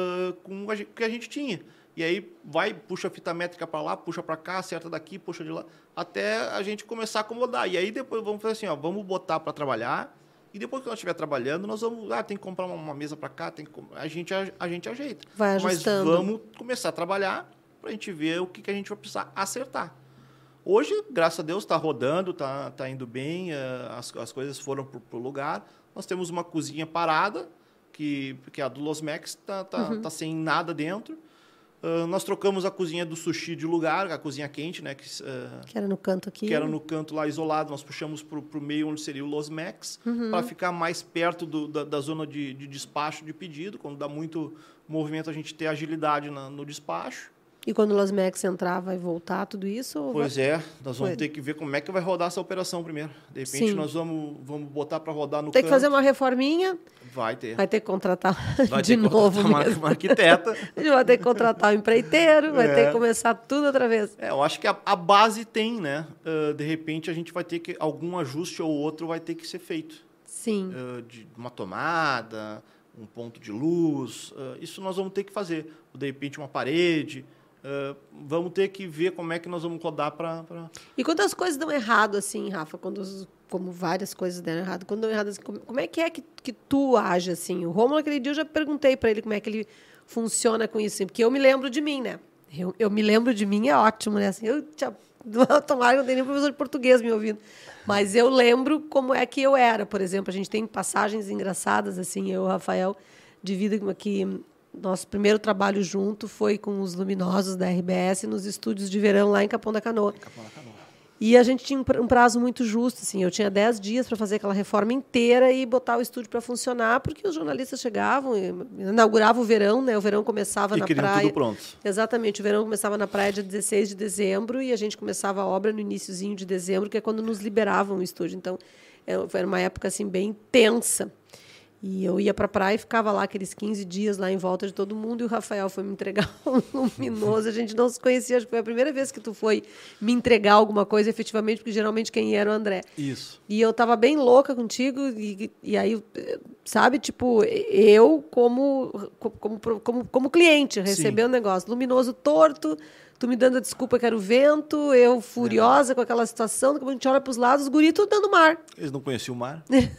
com o que a gente tinha. E aí puxa a fita métrica para lá, puxa para cá, acerta daqui, puxa de lá, até a gente começar a acomodar. E aí depois vamos fazer assim, vamos botar para trabalhar. E depois que nós estiver trabalhando, nós vamos... tem que comprar uma mesa para cá, a gente ajeita. Vai ajustando. Mas vamos começar a trabalhar para a gente ver o que a gente vai precisar acertar. Hoje, graças a Deus, está rodando, está indo bem, as coisas foram para o lugar. Nós temos uma cozinha parada, que é a do Los Mex, tá sem nada dentro. Nós trocamos a cozinha do sushi de lugar, a cozinha quente, né? Que era no canto aqui. Que era no canto lá isolado. Nós puxamos para o meio, onde seria o Los Mex, para ficar mais perto da zona de despacho de pedido. Quando dá muito movimento, a gente ter agilidade no despacho. E quando o Los Mex entrar, vai voltar tudo isso? Pois nós vamos ter que ver como é que vai rodar essa operação primeiro. De repente, nós vamos botar para rodar no canto. Tem que fazer uma reforminha. Vai ter. Vai ter que contratar de novo uma arquiteta. A gente vai ter que contratar um empreiteiro, vai ter que começar tudo outra vez. Eu acho que a base tem, né? De repente, a gente vai ter que... Algum ajuste ou outro vai ter que ser feito. Sim. De uma tomada, um ponto de luz. Isso nós vamos ter que fazer. De repente, uma parede... vamos ter que ver como é que nós vamos rodar para... E quando as coisas dão errado, assim, Rafa, como várias coisas deram errado, quando dão errado, assim, como é que tu age, assim? O Rômulo, aquele dia, eu já perguntei para ele como é que ele funciona com isso, assim, porque eu me lembro de mim, né? Eu me lembro de mim, é ótimo, né? Assim, tomara que não tem nem professor de português me ouvindo. Mas eu lembro como é que eu era, por exemplo. A gente tem passagens engraçadas, assim, eu e o Rafael, de vida que... Nosso primeiro trabalho junto foi com os luminosos da RBS nos estúdios de verão lá em Capão da Canoa. E a gente tinha um prazo muito justo. Assim, eu tinha 10 dias para fazer aquela reforma inteira e botar o estúdio para funcionar, porque os jornalistas chegavam, inaugurava o verão, né? O verão começava na praia. Tudo pronto. Exatamente. O verão começava na praia dia 16 de dezembro e a gente começava a obra no iniciozinho de dezembro, que é quando nos liberavam o estúdio. Então, era uma época assim, bem tensa. E eu ia para a praia e ficava lá aqueles 15 dias lá em volta de todo mundo. E o Rafael foi me entregar um luminoso. A gente não se conhecia. Acho que foi a primeira vez que tu foi me entregar alguma coisa, efetivamente, porque geralmente quem era o André. Isso. E eu estava bem louca contigo. E aí, sabe, tipo, eu como cliente, recebendo o negócio. Luminoso torto, tu me dando a desculpa que era o vento, eu furiosa com aquela situação. Daqui a pouco a gente olha para os lados, os guris tudo dando mar. Eles não conheciam o mar?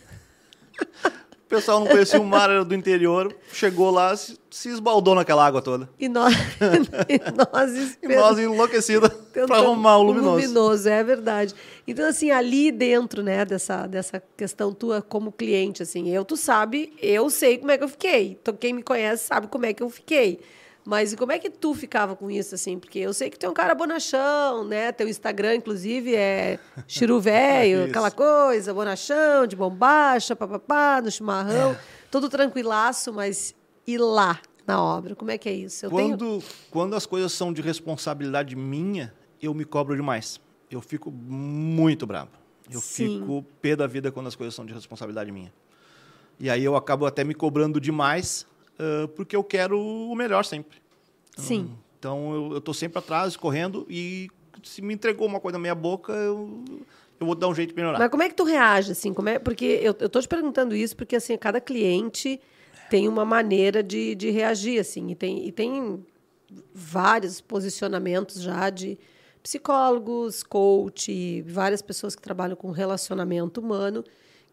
O pessoal não conhecia o mar, era do interior, chegou lá, se esbaldou naquela água toda. E nós enlouquecidos para arrumar o luminoso. É verdade. Então, assim, ali dentro, né, dessa questão tua como cliente, assim, tu sabe, eu sei como é que eu fiquei. Então, quem me conhece sabe como é que eu fiquei. Mas e como é que tu ficava com isso, assim? Porque eu sei que tu é um cara bonachão, né? Teu Instagram, inclusive, é chiru velho, aquela coisa, bonachão, de bombacha, papapá, no chimarrão. Todo tranquilaço, mas e lá na obra? Como é que é isso? Quando as coisas são de responsabilidade minha, eu me cobro demais. Eu fico muito bravo. Eu fico pé da vida quando as coisas são de responsabilidade minha. E aí eu acabo até me cobrando demais... porque eu quero o melhor sempre. Sim. Então, eu estou sempre atrás, correndo, e se me entregou uma coisa na minha boca, eu vou dar um jeito de melhorar. Mas como é que tu reage, assim? Porque eu estou te perguntando isso porque, assim, cada cliente tem uma maneira de reagir, assim, e tem vários posicionamentos já de psicólogos, coach, várias pessoas que trabalham com relacionamento humano,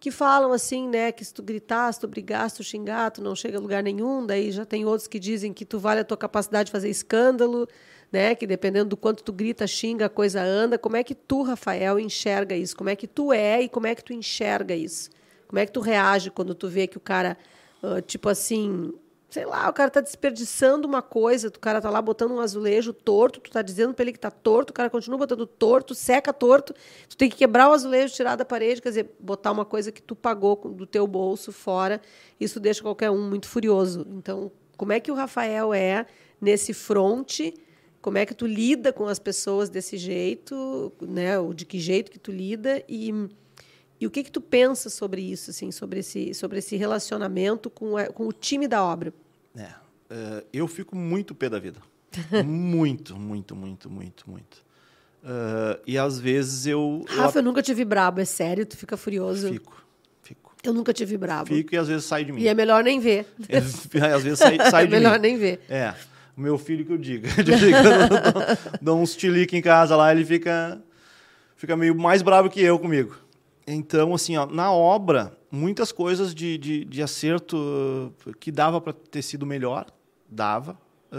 que falam assim, né, que se tu gritar, se tu brigar, se tu xingar, tu não chega a lugar nenhum. Daí já tem outros que dizem que tu vale a tua capacidade de fazer escândalo, né, que dependendo do quanto tu grita, xinga, a coisa anda. Como é que tu, Rafael, enxerga isso? Como é que tu e como é que tu enxerga isso? Como é que tu reage quando tu vê que o cara, tipo assim, sei lá, o cara tá desperdiçando uma coisa, o cara tá lá botando um azulejo torto, tu tá dizendo para ele que tá torto, o cara continua botando torto, seca torto, tu tem que quebrar o azulejo, tirar da parede, quer dizer, botar uma coisa que tu pagou do teu bolso fora, isso deixa qualquer um muito furioso. Então, como é que o Rafael é nesse fronte? Como é que tu lida com as pessoas desse jeito, né? Ou de que jeito que tu lida e o que tu pensa sobre isso, assim, sobre esse relacionamento com o time da obra? Eu fico muito pé da vida. Muito, muito, muito, muito, muito. E às vezes Rafa, eu nunca te vi brabo, é sério? Tu fica furioso? Fico. Eu nunca te vi brabo. Fico e às vezes sai de mim. E é melhor nem ver. Às vezes sai de mim. É melhor nem ver. O meu filho que eu diga. Dou uns tilique em casa lá, ele fica meio mais bravo que eu comigo. Então, assim, ó, na obra, muitas coisas de acerto que dava para ter sido melhor, dava.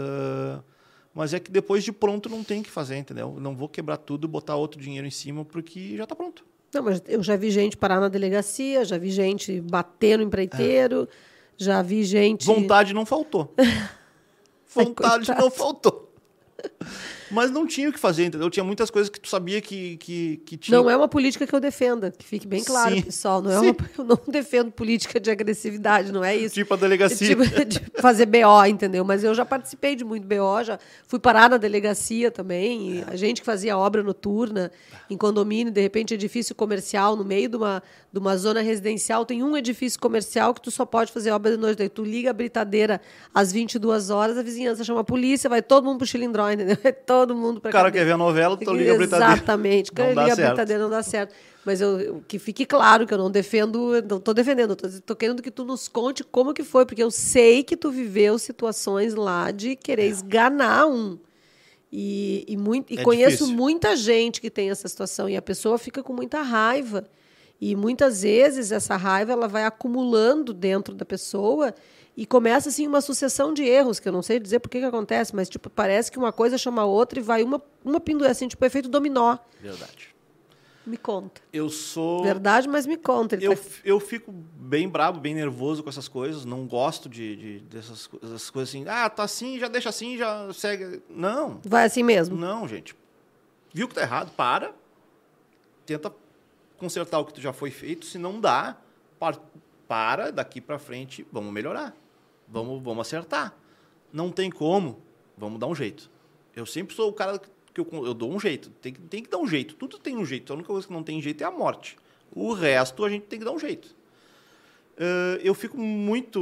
Mas é que depois de pronto não tem o que fazer, entendeu? Não vou quebrar tudo e botar outro dinheiro em cima porque já está pronto. Não, mas eu já vi gente parar na delegacia, já vi gente bater no empreiteiro, já vi gente... Vontade não faltou. Vontade não faltou. Mas não tinha o que fazer, entendeu? Tinha muitas coisas que tu sabia que tinha... Não é uma política que eu defenda, que fique bem claro, pessoal. Não é eu não defendo política de agressividade, não é isso. Tipo a delegacia. Tipo, de fazer BO, entendeu? Mas eu já participei de muito BO, já fui parar na delegacia também. E a gente que fazia obra noturna em condomínio, de repente edifício comercial, no meio de uma zona residencial, tem um edifício comercial que tu só pode fazer obra de noite. Daí tu liga a britadeira às 22 horas, a vizinhança chama a polícia, vai todo mundo pro Chilindró, entendeu? Todo mundo para o cara quer ver a novela, tu liga a britadeira. Exatamente, não liga dá a britadeira, não dá certo. Mas que fique claro que eu não defendo, não estou defendendo, estou querendo que tu nos conte como que foi, porque eu sei que tu viveu situações lá de querer esganar um. E conheço difícil. Muita gente que tem essa situação e a pessoa fica com muita raiva. E muitas vezes essa raiva ela vai acumulando dentro da pessoa e começa assim uma sucessão de erros, que eu não sei dizer por que acontece, mas tipo, parece que uma coisa chama a outra e vai uma pendura, assim, tipo efeito dominó. Verdade. Me conta. Eu sou... Verdade, mas me conta. Eu fico bem bravo, bem nervoso com essas coisas, não gosto dessas coisas assim, tá assim, já deixa assim, já segue. Não. Vai assim mesmo? Não, gente. Viu que tá errado? Tenta consertar o que já foi feito, se não dá, para, daqui para frente, vamos melhorar. Vamos acertar. Não tem como, vamos dar um jeito. Eu sempre sou o cara que eu dou um jeito. Tem que dar um jeito. Tudo tem um jeito. A única coisa que não tem jeito é a morte. O resto a gente tem que dar um jeito. Eu fico muito...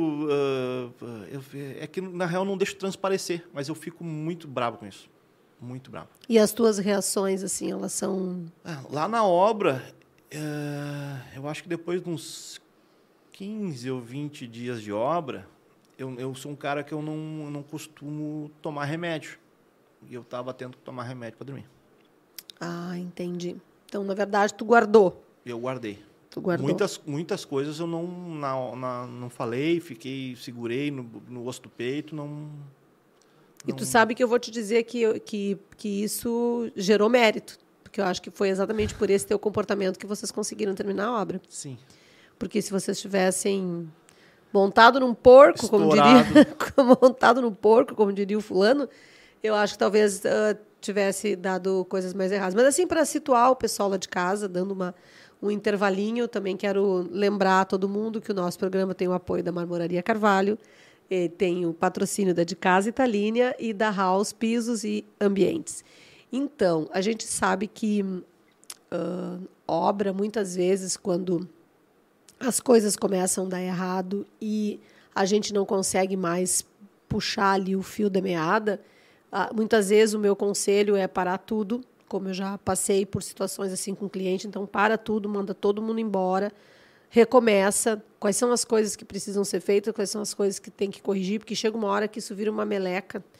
é que, na real, não deixo transparecer, mas eu fico muito bravo com isso. Muito bravo. E as tuas reações, assim, elas são... Lá na obra, eu acho que depois de uns 15 ou 20 dias de obra, eu sou um cara que eu não costumo tomar remédio. E eu estava tendo que tomar remédio para dormir. Entendi. Então, na verdade, tu guardou. Eu guardei. Tu guardou. Muitas coisas eu não falei, segurei no osso do peito, não... E tu sabe que eu vou te dizer que isso gerou mérito. Porque eu acho que foi exatamente por esse teu comportamento que vocês conseguiram terminar a obra. Sim. Porque se vocês tivessem montado num porco, montado num porco, como diria o fulano, eu acho que talvez tivesse dado coisas mais erradas. Mas assim, para situar o pessoal lá de casa, dando um intervalinho, também quero lembrar a todo mundo que o nosso programa tem o apoio da Marmoraria Carvalho, tem o patrocínio da De Casa Italínia e da House Pisos e Ambientes. Então, a gente sabe que obra, muitas vezes, quando as coisas começam a dar errado e a gente não consegue mais puxar ali o fio da meada, muitas vezes o meu conselho é parar tudo, como eu já passei por situações assim com o cliente, então para tudo, manda todo mundo embora, recomeça, quais são as coisas que precisam ser feitas, quais são as coisas que tem que corrigir, porque chega uma hora que isso vira uma meleca,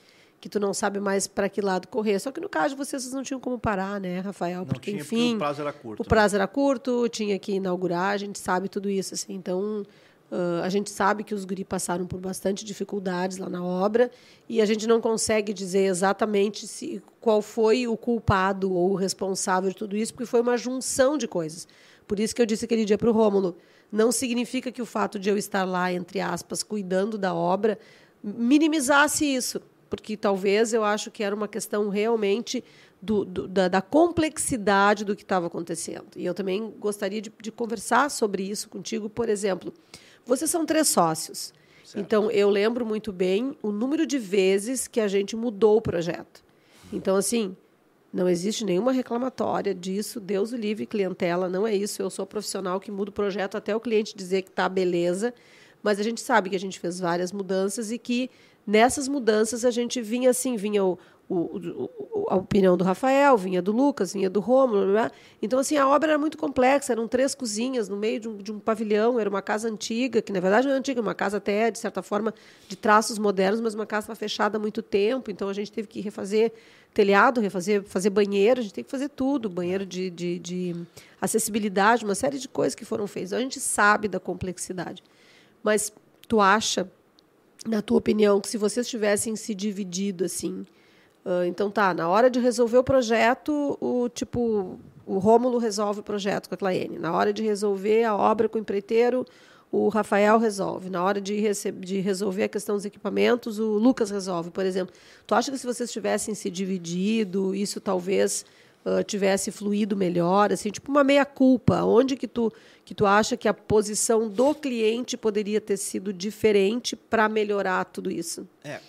que tu não sabe mais para que lado correr. Só que no caso de vocês não tinham como parar, né, Rafael? Não porque, tinha, enfim, porque o prazo era curto. O prazo era curto, tinha que inaugurar, a gente sabe tudo isso, assim. Então, a gente sabe que os guri passaram por bastante dificuldades lá na obra e a gente não consegue dizer exatamente qual foi o culpado ou o responsável de tudo isso, porque foi uma junção de coisas. Por isso que eu disse aquele dia para o Rômulo, não significa que o fato de eu estar lá, entre aspas, cuidando da obra, minimizasse isso, porque talvez eu acho que era uma questão realmente da complexidade do que estava acontecendo. E eu também gostaria de conversar sobre isso contigo. Por exemplo, vocês são 3 sócios. Certo. Então, eu lembro muito bem o número de vezes que a gente mudou o projeto. Então, assim, não existe nenhuma reclamatória disso, Deus o livre, clientela, não é isso. Eu sou profissional que muda o projeto até o cliente dizer que está beleza, mas a gente sabe que a gente fez várias mudanças e que nessas mudanças a gente vinha assim, vinha a opinião do Rafael, vinha do Lucas, vinha do Rômulo. Então, assim, a obra era muito complexa, eram 3 cozinhas no meio de um pavilhão, era uma casa antiga, que na verdade não é antiga, uma casa até, de certa forma, de traços modernos, mas uma casa fechada há muito tempo, então a gente teve que refazer telhado, fazer banheiro, a gente tem que fazer tudo, banheiro de acessibilidade, uma série de coisas que foram feitas. A gente sabe da complexidade. Mas tu acha, na tua opinião, que se vocês tivessem se dividido assim, então tá, na hora de resolver o projeto, o Rômulo resolve o projeto com a Claene. Na hora de resolver a obra com o empreiteiro, o Rafael resolve. Na hora de resolver a questão dos equipamentos, o Lucas resolve, por exemplo. Tu acha que se vocês tivessem se dividido, isso talvez tivesse fluído melhor, assim, tipo uma meia-culpa? Onde que tu acha que a posição do cliente poderia ter sido diferente para melhorar tudo isso?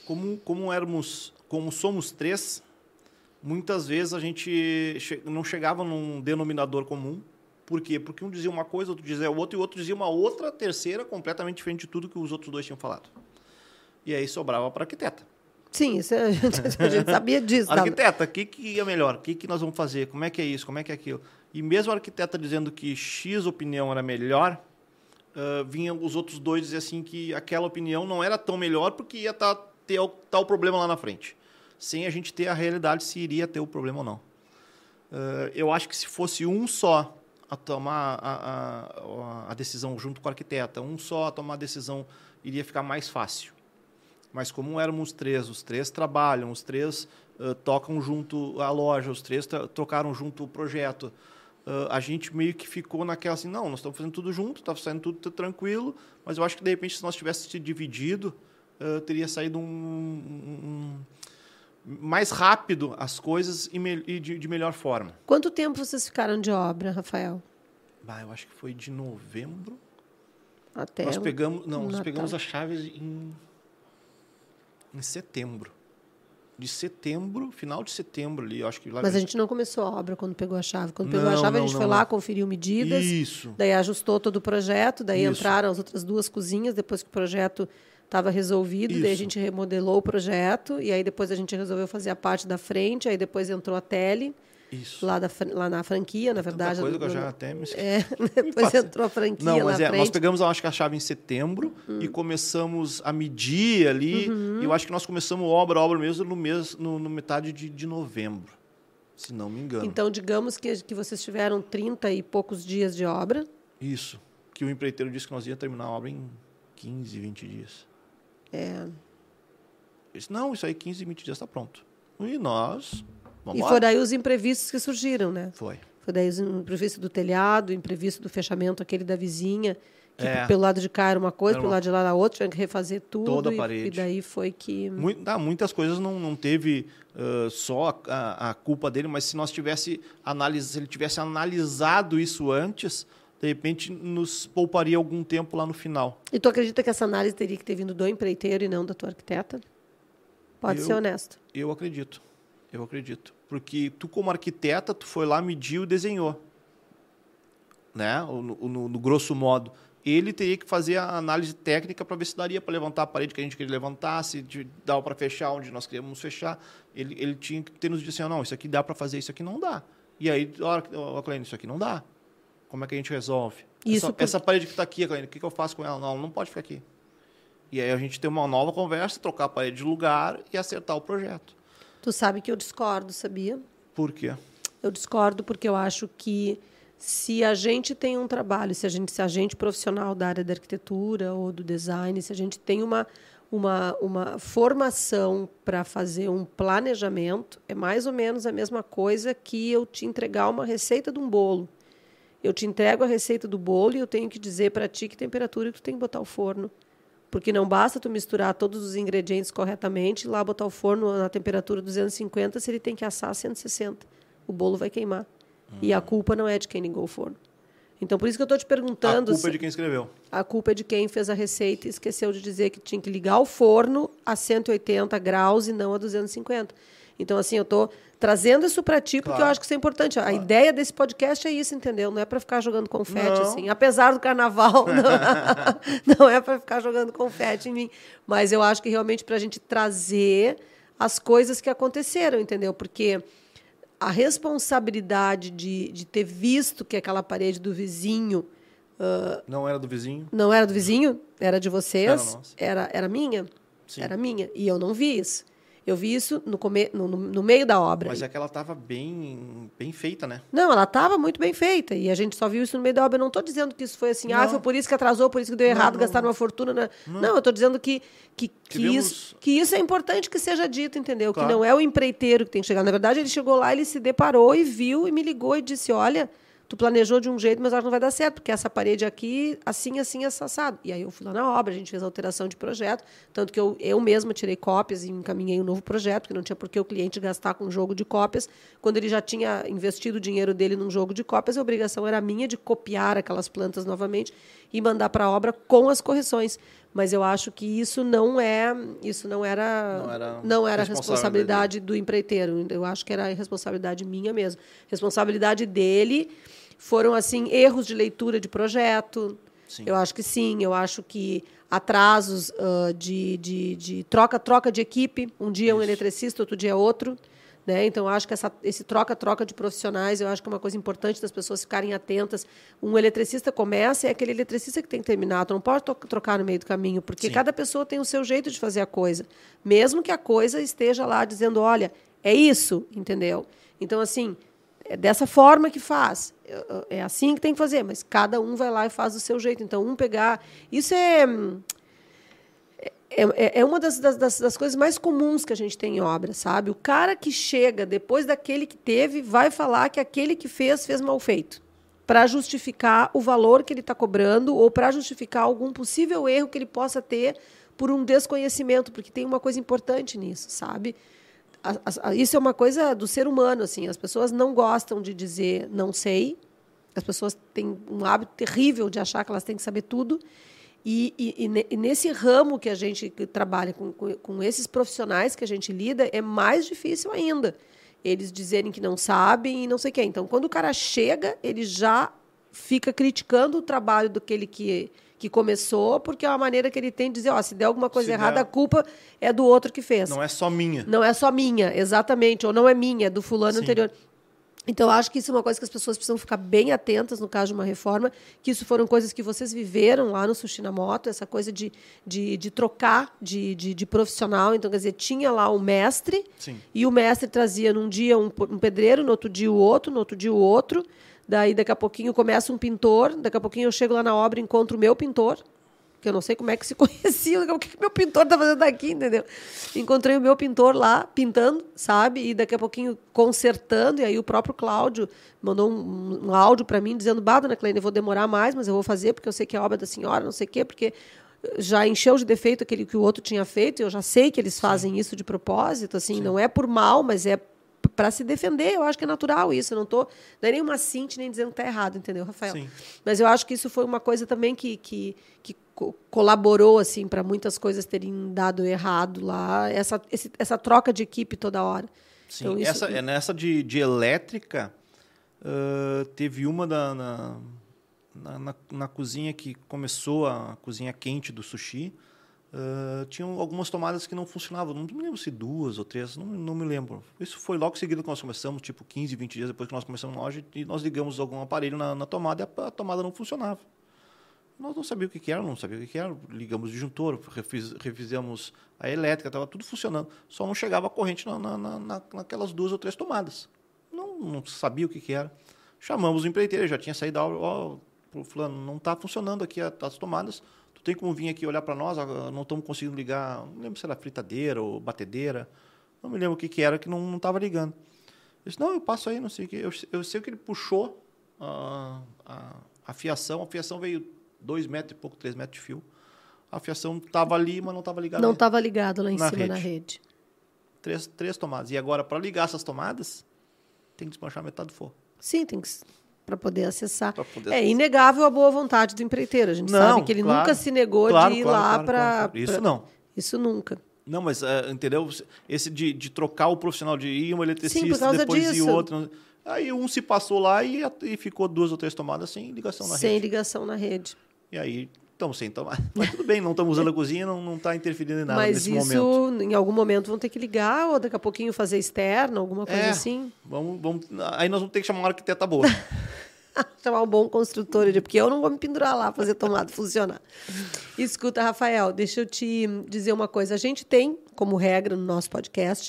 Como somos 3, muitas vezes a gente não chegava num denominador comum. Por quê? Porque um dizia uma coisa, outro dizia outra, e o outro dizia uma outra, terceira, completamente diferente de tudo que os outros 2 tinham falado. E aí sobrava para a arquiteta. Sim, isso a gente sabia disso. Arquiteta, o que é melhor? O que nós vamos fazer? Como é que é isso? Como é que é aquilo? E mesmo a arquiteta dizendo que X opinião era melhor, vinham os outros 2 dizer assim que aquela opinião não era tão melhor porque ia ter tal problema lá na frente. Sem a gente ter a realidade se iria ter o problema ou não. Eu acho que se fosse um só a tomar a decisão junto com a arquiteta, um só a tomar a decisão, iria ficar mais fácil. Mas como éramos 3, os 3 trabalham, os 3 tocam junto a loja, os 3 trocaram junto o projeto, a gente meio que ficou naquela assim, não, nós estamos fazendo tudo junto, está saindo tudo tranquilo, mas eu acho que, de repente, se nós tivéssemos se dividido, teria saído mais rápido as coisas e de melhor forma. Quanto tempo vocês ficaram de obra, Rafael? Eu acho que foi de novembro. Até nós pegamos as chaves em setembro. De setembro, final de setembro ali, acho que lá. Mas a gente não começou a obra quando pegou a chave. Quando pegou a chave, a gente foi lá, conferiu medidas. Isso. Daí ajustou todo o projeto, daí entraram as outras 2 cozinhas, depois que o projeto estava resolvido, daí a gente remodelou o projeto, e aí depois a gente resolveu fazer a parte da frente, aí depois entrou a tele. Isso. Lá na franquia, na verdade. Coisa que eu já até me depois entrou a franquia na frente. Nós pegamos, acho que a chave em setembro e começamos a medir ali. E eu acho que nós começamos obra mesmo no metade de novembro, se não me engano. Então, digamos que vocês tiveram 30 e poucos dias de obra. Isso. Que o empreiteiro disse que nós íamos terminar a obra em 15, 20 dias. Eu disse, não, isso aí 15, 20 dias está pronto. E nós... E foi daí os imprevistos que surgiram, né? Foi daí o imprevisto do telhado, o imprevisto do fechamento, aquele da vizinha, que pelo lado de cá era uma coisa, pelo lado de lá era outra, tinha que refazer tudo. Toda a parede. E daí foi que... Muitas coisas não teve só a culpa dele, mas se ele tivesse analisado isso antes, de repente nos pouparia algum tempo lá no final. E tu acredita que essa análise teria que ter vindo do empreiteiro e não da tua arquiteta? Pode ser honesto. Eu acredito. Porque tu, como arquiteta, tu foi lá, mediu e desenhou. Né? No grosso modo. Ele teria que fazer a análise técnica para ver se daria para levantar a parede que a gente queria levantar, se dava para fechar onde nós queríamos fechar. Ele tinha que ter nos dito assim, não, isso aqui dá para fazer, isso aqui não dá. E aí, Claine, isso aqui não dá. Como é que a gente resolve? Essa parede que está aqui, Claine, o que eu faço com ela? Não pode ficar aqui. E aí a gente tem uma nova conversa, trocar a parede de lugar e acertar o projeto. Tu sabe que eu discordo, sabia? Por quê? Eu discordo porque eu acho que se a gente tem um trabalho, se a gente profissional da área da arquitetura ou do design, se a gente tem uma formação para fazer um planejamento, é mais ou menos a mesma coisa que eu te entregar uma receita de um bolo. Eu te entrego a receita do bolo e eu tenho que dizer para ti que temperatura que tu tem que botar o forno. Porque não basta tu misturar todos os ingredientes corretamente e lá botar o forno na temperatura 250 se ele tem que assar a 160. O bolo vai queimar. E a culpa não é de quem ligou o forno. Então, por isso que eu estou te perguntando... A culpa é de quem escreveu. A culpa é de quem fez a receita e esqueceu de dizer que tinha que ligar o forno a 180 graus e não a 250. Então, assim, eu estou trazendo isso para ti porque eu acho que isso é importante. A ideia desse podcast é isso, entendeu? Não é para ficar jogando confete, assim. Apesar do carnaval, não é para ficar jogando confete em mim. Mas eu acho que realmente para a gente trazer as coisas que aconteceram, entendeu? Porque a responsabilidade de ter visto que aquela parede do vizinho... não era do vizinho? Não era do vizinho? Era de vocês? Era Era minha? Sim. Era minha. E eu não vi isso. Eu vi isso no meio da obra. Mas é que ela estava bem feita, né? Não, ela estava muito bem feita. E a gente só viu isso no meio da obra. Eu não estou dizendo que isso foi assim, foi por isso que atrasou, por isso que deu errado, gastaram uma fortuna. Não, eu estou dizendo que isso é importante que seja dito, entendeu? Claro. Que não é o empreiteiro que tem que chegar. Na verdade, ele chegou lá, ele se deparou e viu e me ligou e disse, olha... Tu planejou de um jeito, mas acho que não vai dar certo, porque essa parede aqui, assim, assado. E aí eu fui lá na obra, a gente fez a alteração de projeto, tanto que eu mesma tirei cópias e encaminhei um novo projeto, porque não tinha por que o cliente gastar com um jogo de cópias. Quando ele já tinha investido o dinheiro dele num jogo de cópias, a obrigação era minha de copiar aquelas plantas novamente e mandar para a obra com as correções. Mas eu acho que isso não era responsabilidade do empreiteiro. Eu acho que era responsabilidade minha mesmo. Responsabilidade dele foram assim erros de leitura de projeto. Sim. Eu acho que sim. Eu acho que atrasos de troca de equipe. Um dia é um eletricista, outro dia é outro. Né? Então, eu acho que esse troca de profissionais, eu acho que é uma coisa importante das pessoas ficarem atentas. Um eletricista começa, é aquele eletricista que tem que terminar. Tu não pode trocar no meio do caminho, porque cada pessoa tem o seu jeito de fazer a coisa. Mesmo que a coisa esteja lá dizendo, olha, é isso, entendeu? Então, assim, é dessa forma que faz. É assim que tem que fazer, mas cada um vai lá e faz do seu jeito. Então, pegar... Isso é uma das coisas mais comuns que a gente tem em obra, sabe? O cara que chega depois daquele que teve vai falar que aquele que fez mal feito, para justificar o valor que ele está cobrando ou para justificar algum possível erro que ele possa ter por um desconhecimento, porque tem uma coisa importante nisso, sabe? Isso é uma coisa do ser humano, assim. As pessoas não gostam de dizer não sei, as pessoas têm um hábito terrível de achar que elas têm que saber tudo. E nesse ramo que a gente trabalha, com esses profissionais que a gente lida, é mais difícil ainda. Eles dizerem que não sabem e não sei o quê. Então, quando o cara chega, ele já fica criticando o trabalho daquele que começou, porque é uma maneira que ele tem de dizer, se der alguma coisa errada, a culpa é do outro que fez. Não é só minha. Não é só minha, exatamente. Ou não é minha, é do fulano anterior. Então, eu acho que isso é uma coisa que as pessoas precisam ficar bem atentas no caso de uma reforma, que isso foram coisas que vocês viveram lá no Sushi na Moto, essa coisa de trocar de profissional. Então, quer dizer, tinha lá o mestre, e o mestre trazia num dia um pedreiro, no outro dia o outro, no outro dia o outro. Daí, daqui a pouquinho, começa um pintor, daqui a pouquinho eu chego lá na obra e encontro o meu pintor, que eu não sei como é que se conhecia, o que meu pintor está fazendo aqui, entendeu? Encontrei o meu pintor lá, pintando, sabe? E daqui a pouquinho consertando, e aí o próprio Cláudio mandou um áudio para mim, dizendo, Dona Kleine, eu vou demorar mais, mas eu vou fazer, porque eu sei que é obra da senhora, não sei o quê, porque já encheu de defeito aquele que o outro tinha feito, e eu já sei que eles fazem isso de propósito, assim, não é por mal, mas é para se defender. Eu acho que é natural isso. Eu não é nenhuma cinte nem dizendo que está errado, entendeu, Rafael? Sim. Mas eu acho que isso foi uma coisa também que colaborou assim, para muitas coisas terem dado errado lá, essa troca de equipe toda hora. Sim, então, isso... nessa de elétrica, teve uma na cozinha que começou a cozinha quente do sushi. Tinham algumas tomadas que não funcionavam. Não me lembro se 2 ou 3, não me lembro. Isso foi logo seguido que nós começamos, tipo 15, 20 dias depois que nós começamos a loja, e nós ligamos algum aparelho na tomada e a tomada não funcionava. Nós não sabíamos o que era, ligamos o disjuntor, refizemos a elétrica, estava tudo funcionando, só não chegava a corrente naquelas 2 ou 3 tomadas. Não sabia o que era. Chamamos o empreiteiro, já tinha saído da obra, fulano, não está funcionando aqui as tomadas, tu tem como vir aqui olhar para nós, não estamos conseguindo ligar, não lembro se era fritadeira ou batedeira, não me lembro o que era, que não estava ligando. Eu disse, não, eu passo aí, não sei o que. Eu sei que ele puxou a fiação veio 2 metros e pouco, 3 metros de fio. A fiação estava ali, mas não estava ligada. Não estava ligado lá em cima na rede. 3 tomadas. E agora, para ligar essas tomadas, tem que desmanchar metade do forro. Sim, tem que... para poder acessar. É inegável a boa vontade do empreiteiro. A gente sabe que ele nunca se negou de ir lá para... Isso não. Isso nunca. Não, mas, entendeu? Esse de trocar o profissional, de ir um eletricista, sim, depois disso. ir outro... Aí um se passou lá e ficou 2 ou 3 tomadas sem ligação na rede. Sem ligação na rede. E aí, estamos sem tomar. Mas tudo bem, não estamos usando a cozinha, não está interferindo em nada nesse momento. Mas isso, em algum momento, vão ter que ligar ou daqui a pouquinho fazer externo, alguma coisa assim? Aí nós vamos ter que chamar uma arquiteta boa. Chamar um bom construtor, porque eu não vou me pendurar lá fazer tomada funcionar. Escuta, Rafael, deixa eu te dizer uma coisa. A gente tem, como regra no nosso podcast,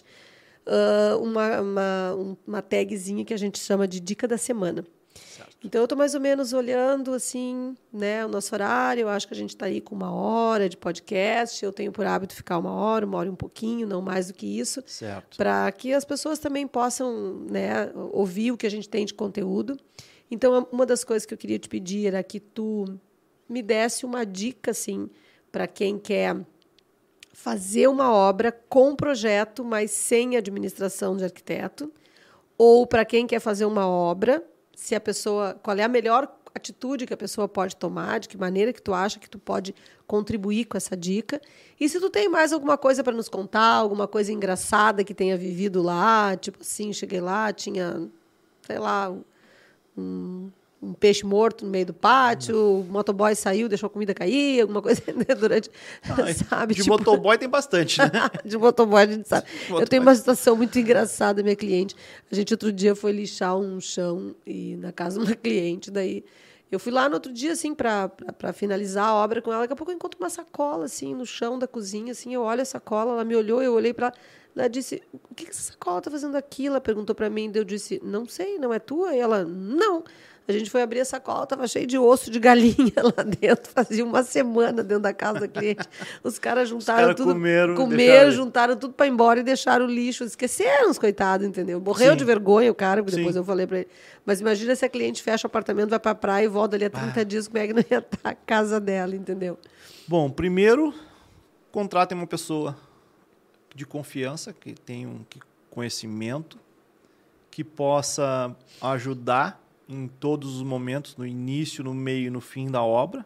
uma tagzinha que a gente chama de Dica da Semana. Certo. Então, eu estou mais ou menos olhando assim, né, o nosso horário. Eu acho que a gente está aí com 1 hora de podcast. Eu tenho por hábito ficar 1 hora, 1 hora e um pouquinho, não mais do que isso. Para que as pessoas também possam, né, ouvir o que a gente tem de conteúdo. Então, uma das coisas que eu queria te pedir era que tu me desse uma dica, assim, para quem quer fazer uma obra com projeto, mas sem administração de arquiteto, ou para quem quer fazer uma obra, se a pessoa, qual é a melhor atitude que a pessoa pode tomar, de que maneira que tu acha que tu pode contribuir com essa dica, e se tu tem mais alguma coisa para nos contar, alguma coisa engraçada que tenha vivido lá, tipo assim, cheguei lá, tinha, sei lá, um peixe morto no meio do pátio, o motoboy saiu, deixou a comida cair, alguma coisa durante... sabe? De motoboy tem bastante, né? De motoboy a gente sabe. Eu tenho uma situação muito engraçada, minha cliente. A gente outro dia foi lixar um chão na casa de uma cliente, daí eu fui lá no outro dia, assim, para finalizar a obra com ela. Daqui a pouco eu encontro uma sacola, assim, no chão da cozinha, assim, eu olho a sacola, ela me olhou, eu olhei para ela, ela disse, o que essa sacola está fazendo aqui? Ela perguntou para mim, eu disse, não sei, não é tua? E ela, não. A gente foi abrir a sacola, estava cheio de osso de galinha lá dentro. Fazia 1 semana dentro da casa da cliente. Os caras juntaram tudo. Comeram, juntaram tudo para ir embora e deixaram o lixo. Esqueceram os coitados, entendeu? Morreu de vergonha o cara, porque depois eu falei para ele. Mas imagina se a cliente fecha o apartamento, vai para a praia e volta ali a 30 dias, como é que não ia estar a casa dela, entendeu? Bom, primeiro, contratem uma pessoa de confiança, que tenha um conhecimento, que possa ajudar em todos os momentos, no início, no meio e no fim da obra.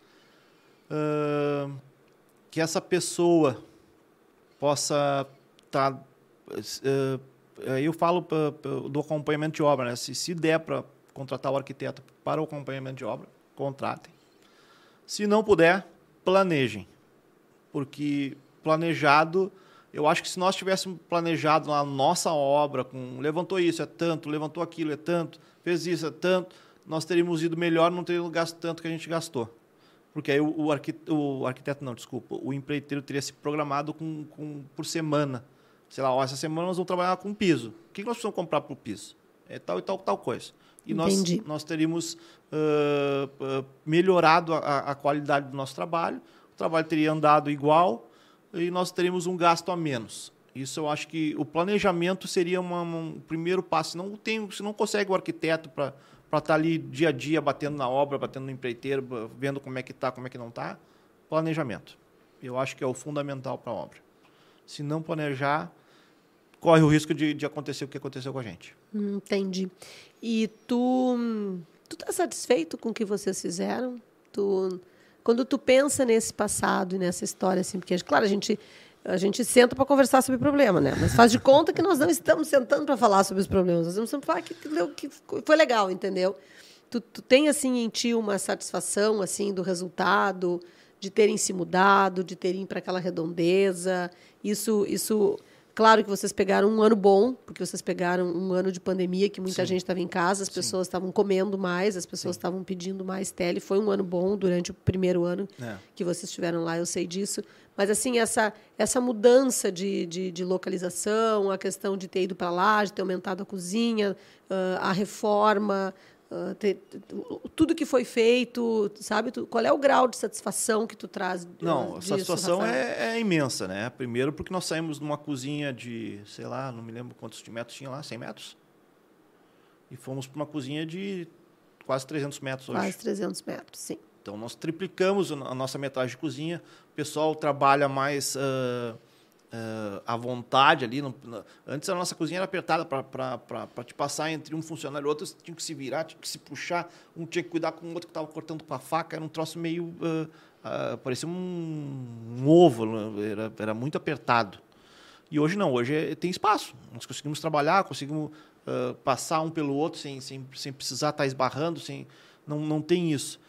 Que essa pessoa possa estar... eu falo do acompanhamento de obra, né? Se der para contratar o arquiteto para o acompanhamento de obra, contratem. Se não puder, planejem. Porque planejado... Eu acho que se nós tivéssemos planejado a nossa obra, levantou isso, é tanto, levantou aquilo, é tanto, fez isso, é tanto, nós teríamos ido melhor, não teríamos gasto tanto que a gente gastou. Porque aí o empreiteiro teria se programado por semana. Sei lá, essa semana nós vamos trabalhar com piso. O que nós precisamos comprar para o piso? É tal e tal coisa. E nós teríamos melhorado a qualidade do nosso trabalho, o trabalho teria andado igual, e nós teríamos um gasto a menos. Isso eu acho que o planejamento seria um primeiro passo. Se não consegue o arquiteto para estar ali dia a dia, batendo na obra, batendo no empreiteiro, vendo como é que está, como é que não está, planejamento. Eu acho que é o fundamental para a obra. Se não planejar, corre o risco de acontecer o que aconteceu com a gente. Entendi. E tu está satisfeito com o que vocês fizeram? Quando tu pensa nesse passado e nessa história, assim, porque, claro, a gente senta para conversar sobre o problema, né? Mas faz de conta que nós não estamos sentando para falar sobre os problemas. Nós estamos falar que foi legal, entendeu? Tu tem, assim, em ti uma satisfação, assim, do resultado, de terem se mudado, de terem para aquela redondeza. Isso, Claro que vocês pegaram um ano bom, porque vocês pegaram um ano de pandemia, que muita gente estava em casa, as pessoas estavam comendo mais, as pessoas estavam pedindo mais tele. Foi um ano bom durante o primeiro ano que vocês estiveram lá, eu sei disso. Mas, assim, essa mudança de localização, a questão de ter ido para lá, de ter aumentado a cozinha, a reforma... tudo que foi feito, sabe? Qual é o grau de satisfação que tu traz? Não, a satisfação Rafael? é imensa, né? Primeiro porque nós saímos de uma cozinha de, sei lá, não me lembro quantos metros tinha lá, 100 metros? E fomos para uma cozinha de quase 300 metros hoje. Quase 300 metros, sim. Então, nós triplicamos a nossa metragem de cozinha. O pessoal trabalha mais... à vontade ali. Antes a nossa cozinha era apertada para te passar entre um funcionário e outro, você tinha que se virar, tinha que se puxar, um tinha que cuidar com o outro que estava cortando com a faca, era um troço meio... parecia um ovo, era muito apertado. E hoje não, hoje tem espaço. Nós conseguimos trabalhar, conseguimos passar um pelo outro sem precisar estar esbarrando, não tem isso.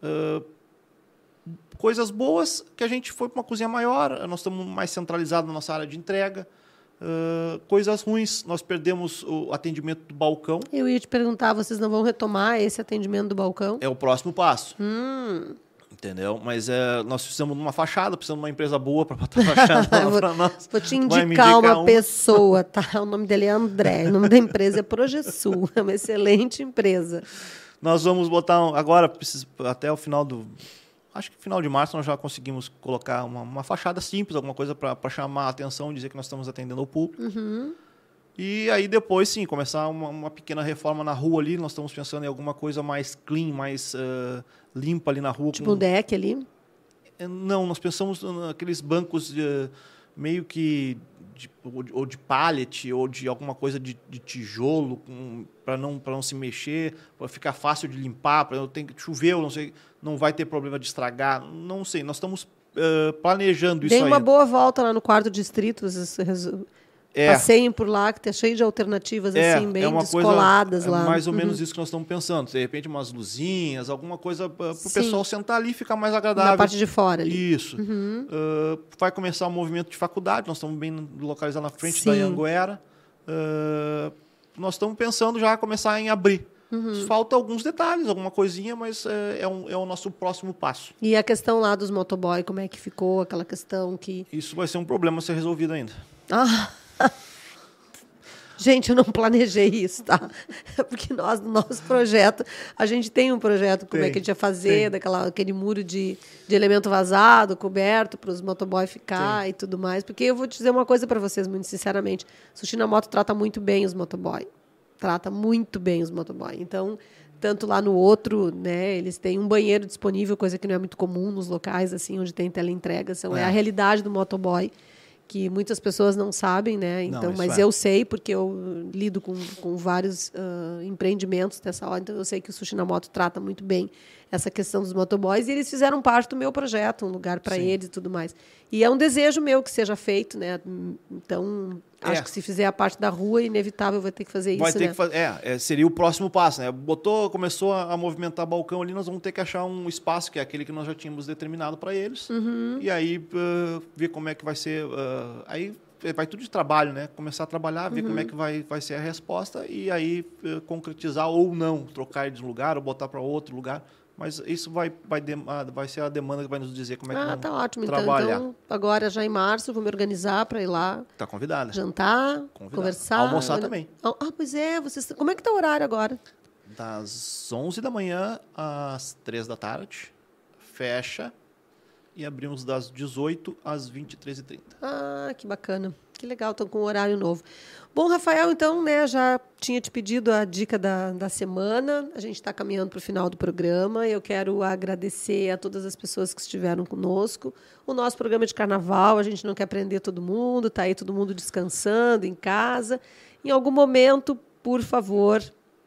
Coisas boas, que a gente foi para uma cozinha maior, nós estamos mais centralizados na nossa área de entrega. Coisas ruins, nós perdemos o atendimento do balcão. Eu ia te perguntar, vocês não vão retomar esse atendimento do balcão? É o próximo passo. Entendeu? Mas nós precisamos de uma fachada, precisamos de uma empresa boa para botar a fachada para nós. Vou te indicar uma pessoa, tá? O nome dele é André, o nome da empresa é Progesul, é uma excelente empresa. Nós vamos botar, agora, até o final acho que final de março nós já conseguimos colocar uma fachada simples, alguma coisa para chamar a atenção, dizer que nós estamos atendendo ao público. E aí depois, sim, começar uma pequena reforma na rua ali. Nós estamos pensando em alguma coisa mais clean, mais limpa ali na rua. Tipo um deck ali? Não, nós pensamos naqueles bancos meio que ou de pallet ou de alguma coisa de tijolo para não se mexer, para ficar fácil de limpar, para não ter que chover, não sei, não vai ter problema de estragar, não sei. Nós estamos planejando isso aí. Dei uma boa volta lá no 4º distrito, passeiem por lá, que está cheio de alternativas assim, bem descoladas lá. É mais ou menos isso que nós estamos pensando. De repente, umas luzinhas, alguma coisa para o pessoal sentar ali e ficar mais agradável. Na parte de fora ali. Isso. Vai começar o movimento de faculdade, nós estamos bem localizados na frente da Anhanguera. Nós estamos pensando já começar em abrir. Falta alguns detalhes, alguma coisinha, mas é o nosso próximo passo. E a questão lá dos motoboy, como é que ficou? Aquela questão que... Isso vai ser um problema a ser resolvido ainda. Gente, eu não planejei isso, tá? Porque nós, no nosso projeto, a gente tem um projeto, como é que a gente ia fazer, aquele muro de elemento vazado, coberto, para os motoboy ficar e tudo mais. Porque eu vou te dizer uma coisa para vocês, muito sinceramente. Sushi na Moto trata muito bem os motoboy. Trata muito bem os motoboy. Então, tanto lá no outro, né, eles têm um banheiro disponível, coisa que não é muito comum nos locais, assim, onde tem teleentrega. É a realidade do motoboy, que muitas pessoas não sabem, né? Então, mas eu sei, porque eu lido com vários empreendimentos dessa hora, então eu sei que o Sushi na Moto trata muito bem essa questão dos motoboys, e eles fizeram parte do meu projeto, um lugar para eles e tudo mais. E é um desejo meu que seja feito, né? Então, acho que se fizer a parte da rua, inevitável vai ter que fazer isso, né? Seria o próximo passo, né? Começou a movimentar balcão ali, nós vamos ter que achar um espaço, que é aquele que nós já tínhamos determinado para eles, e aí ver como é que vai ser... aí vai tudo de trabalho, né? Começar a trabalhar, ver como é que vai ser a resposta, e aí concretizar ou não, trocar de lugar ou botar para outro lugar. Mas isso vai ser a demanda que vai nos dizer como é que vamos ótimo. trabalhar. Então, agora já em março, vou me organizar para ir lá. Está convidada. Jantar, conversar. Almoçar também. Pois é. Como é que está o horário agora? Das 11 da manhã às 3 da tarde. Fecha. E abrimos das 18 às 23h30. Que bacana. Que legal, estão com um horário novo. Bom, Rafael, então, né, já tinha te pedido a dica da semana. A gente está caminhando para o final do programa. Eu quero agradecer a todas as pessoas que estiveram conosco. O nosso programa de carnaval, a gente não quer prender todo mundo, está aí todo mundo descansando em casa. Em algum momento, por favor,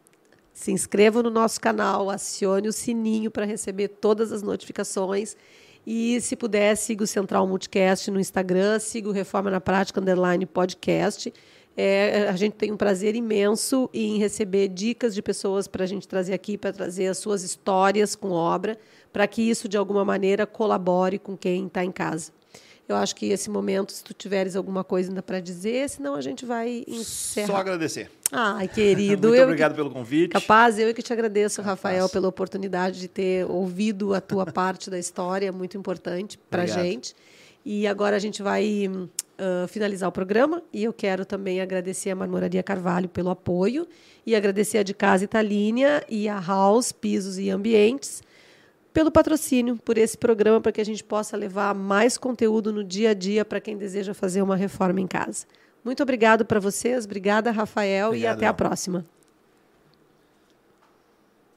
se inscreva no nosso canal, acione o sininho para receber todas as notificações. E, se puder, siga o Central Multicast no Instagram, siga o Reforma na Prática _podcast. A gente tem um prazer imenso em receber dicas de pessoas para a gente trazer aqui, para trazer as suas histórias com obra, para que isso, de alguma maneira, colabore com quem está em casa. Eu acho que esse momento, se tu tiveres alguma coisa ainda para dizer, senão a gente vai encerrar. Só agradecer. Ai, querido. Muito obrigado pelo convite. Capaz, eu que te agradeço, Rafael, pela oportunidade de ter ouvido a tua parte da história, muito importante para a gente. E agora a gente vai finalizar o programa e eu quero também agradecer a Marmoraria Carvalho pelo apoio e agradecer a De Casa Italínia e a House Pisos e Ambientes pelo patrocínio, por esse programa, para que a gente possa levar mais conteúdo no dia a dia para quem deseja fazer uma reforma em casa. Muito obrigado para vocês, obrigada, Rafael, e até a próxima.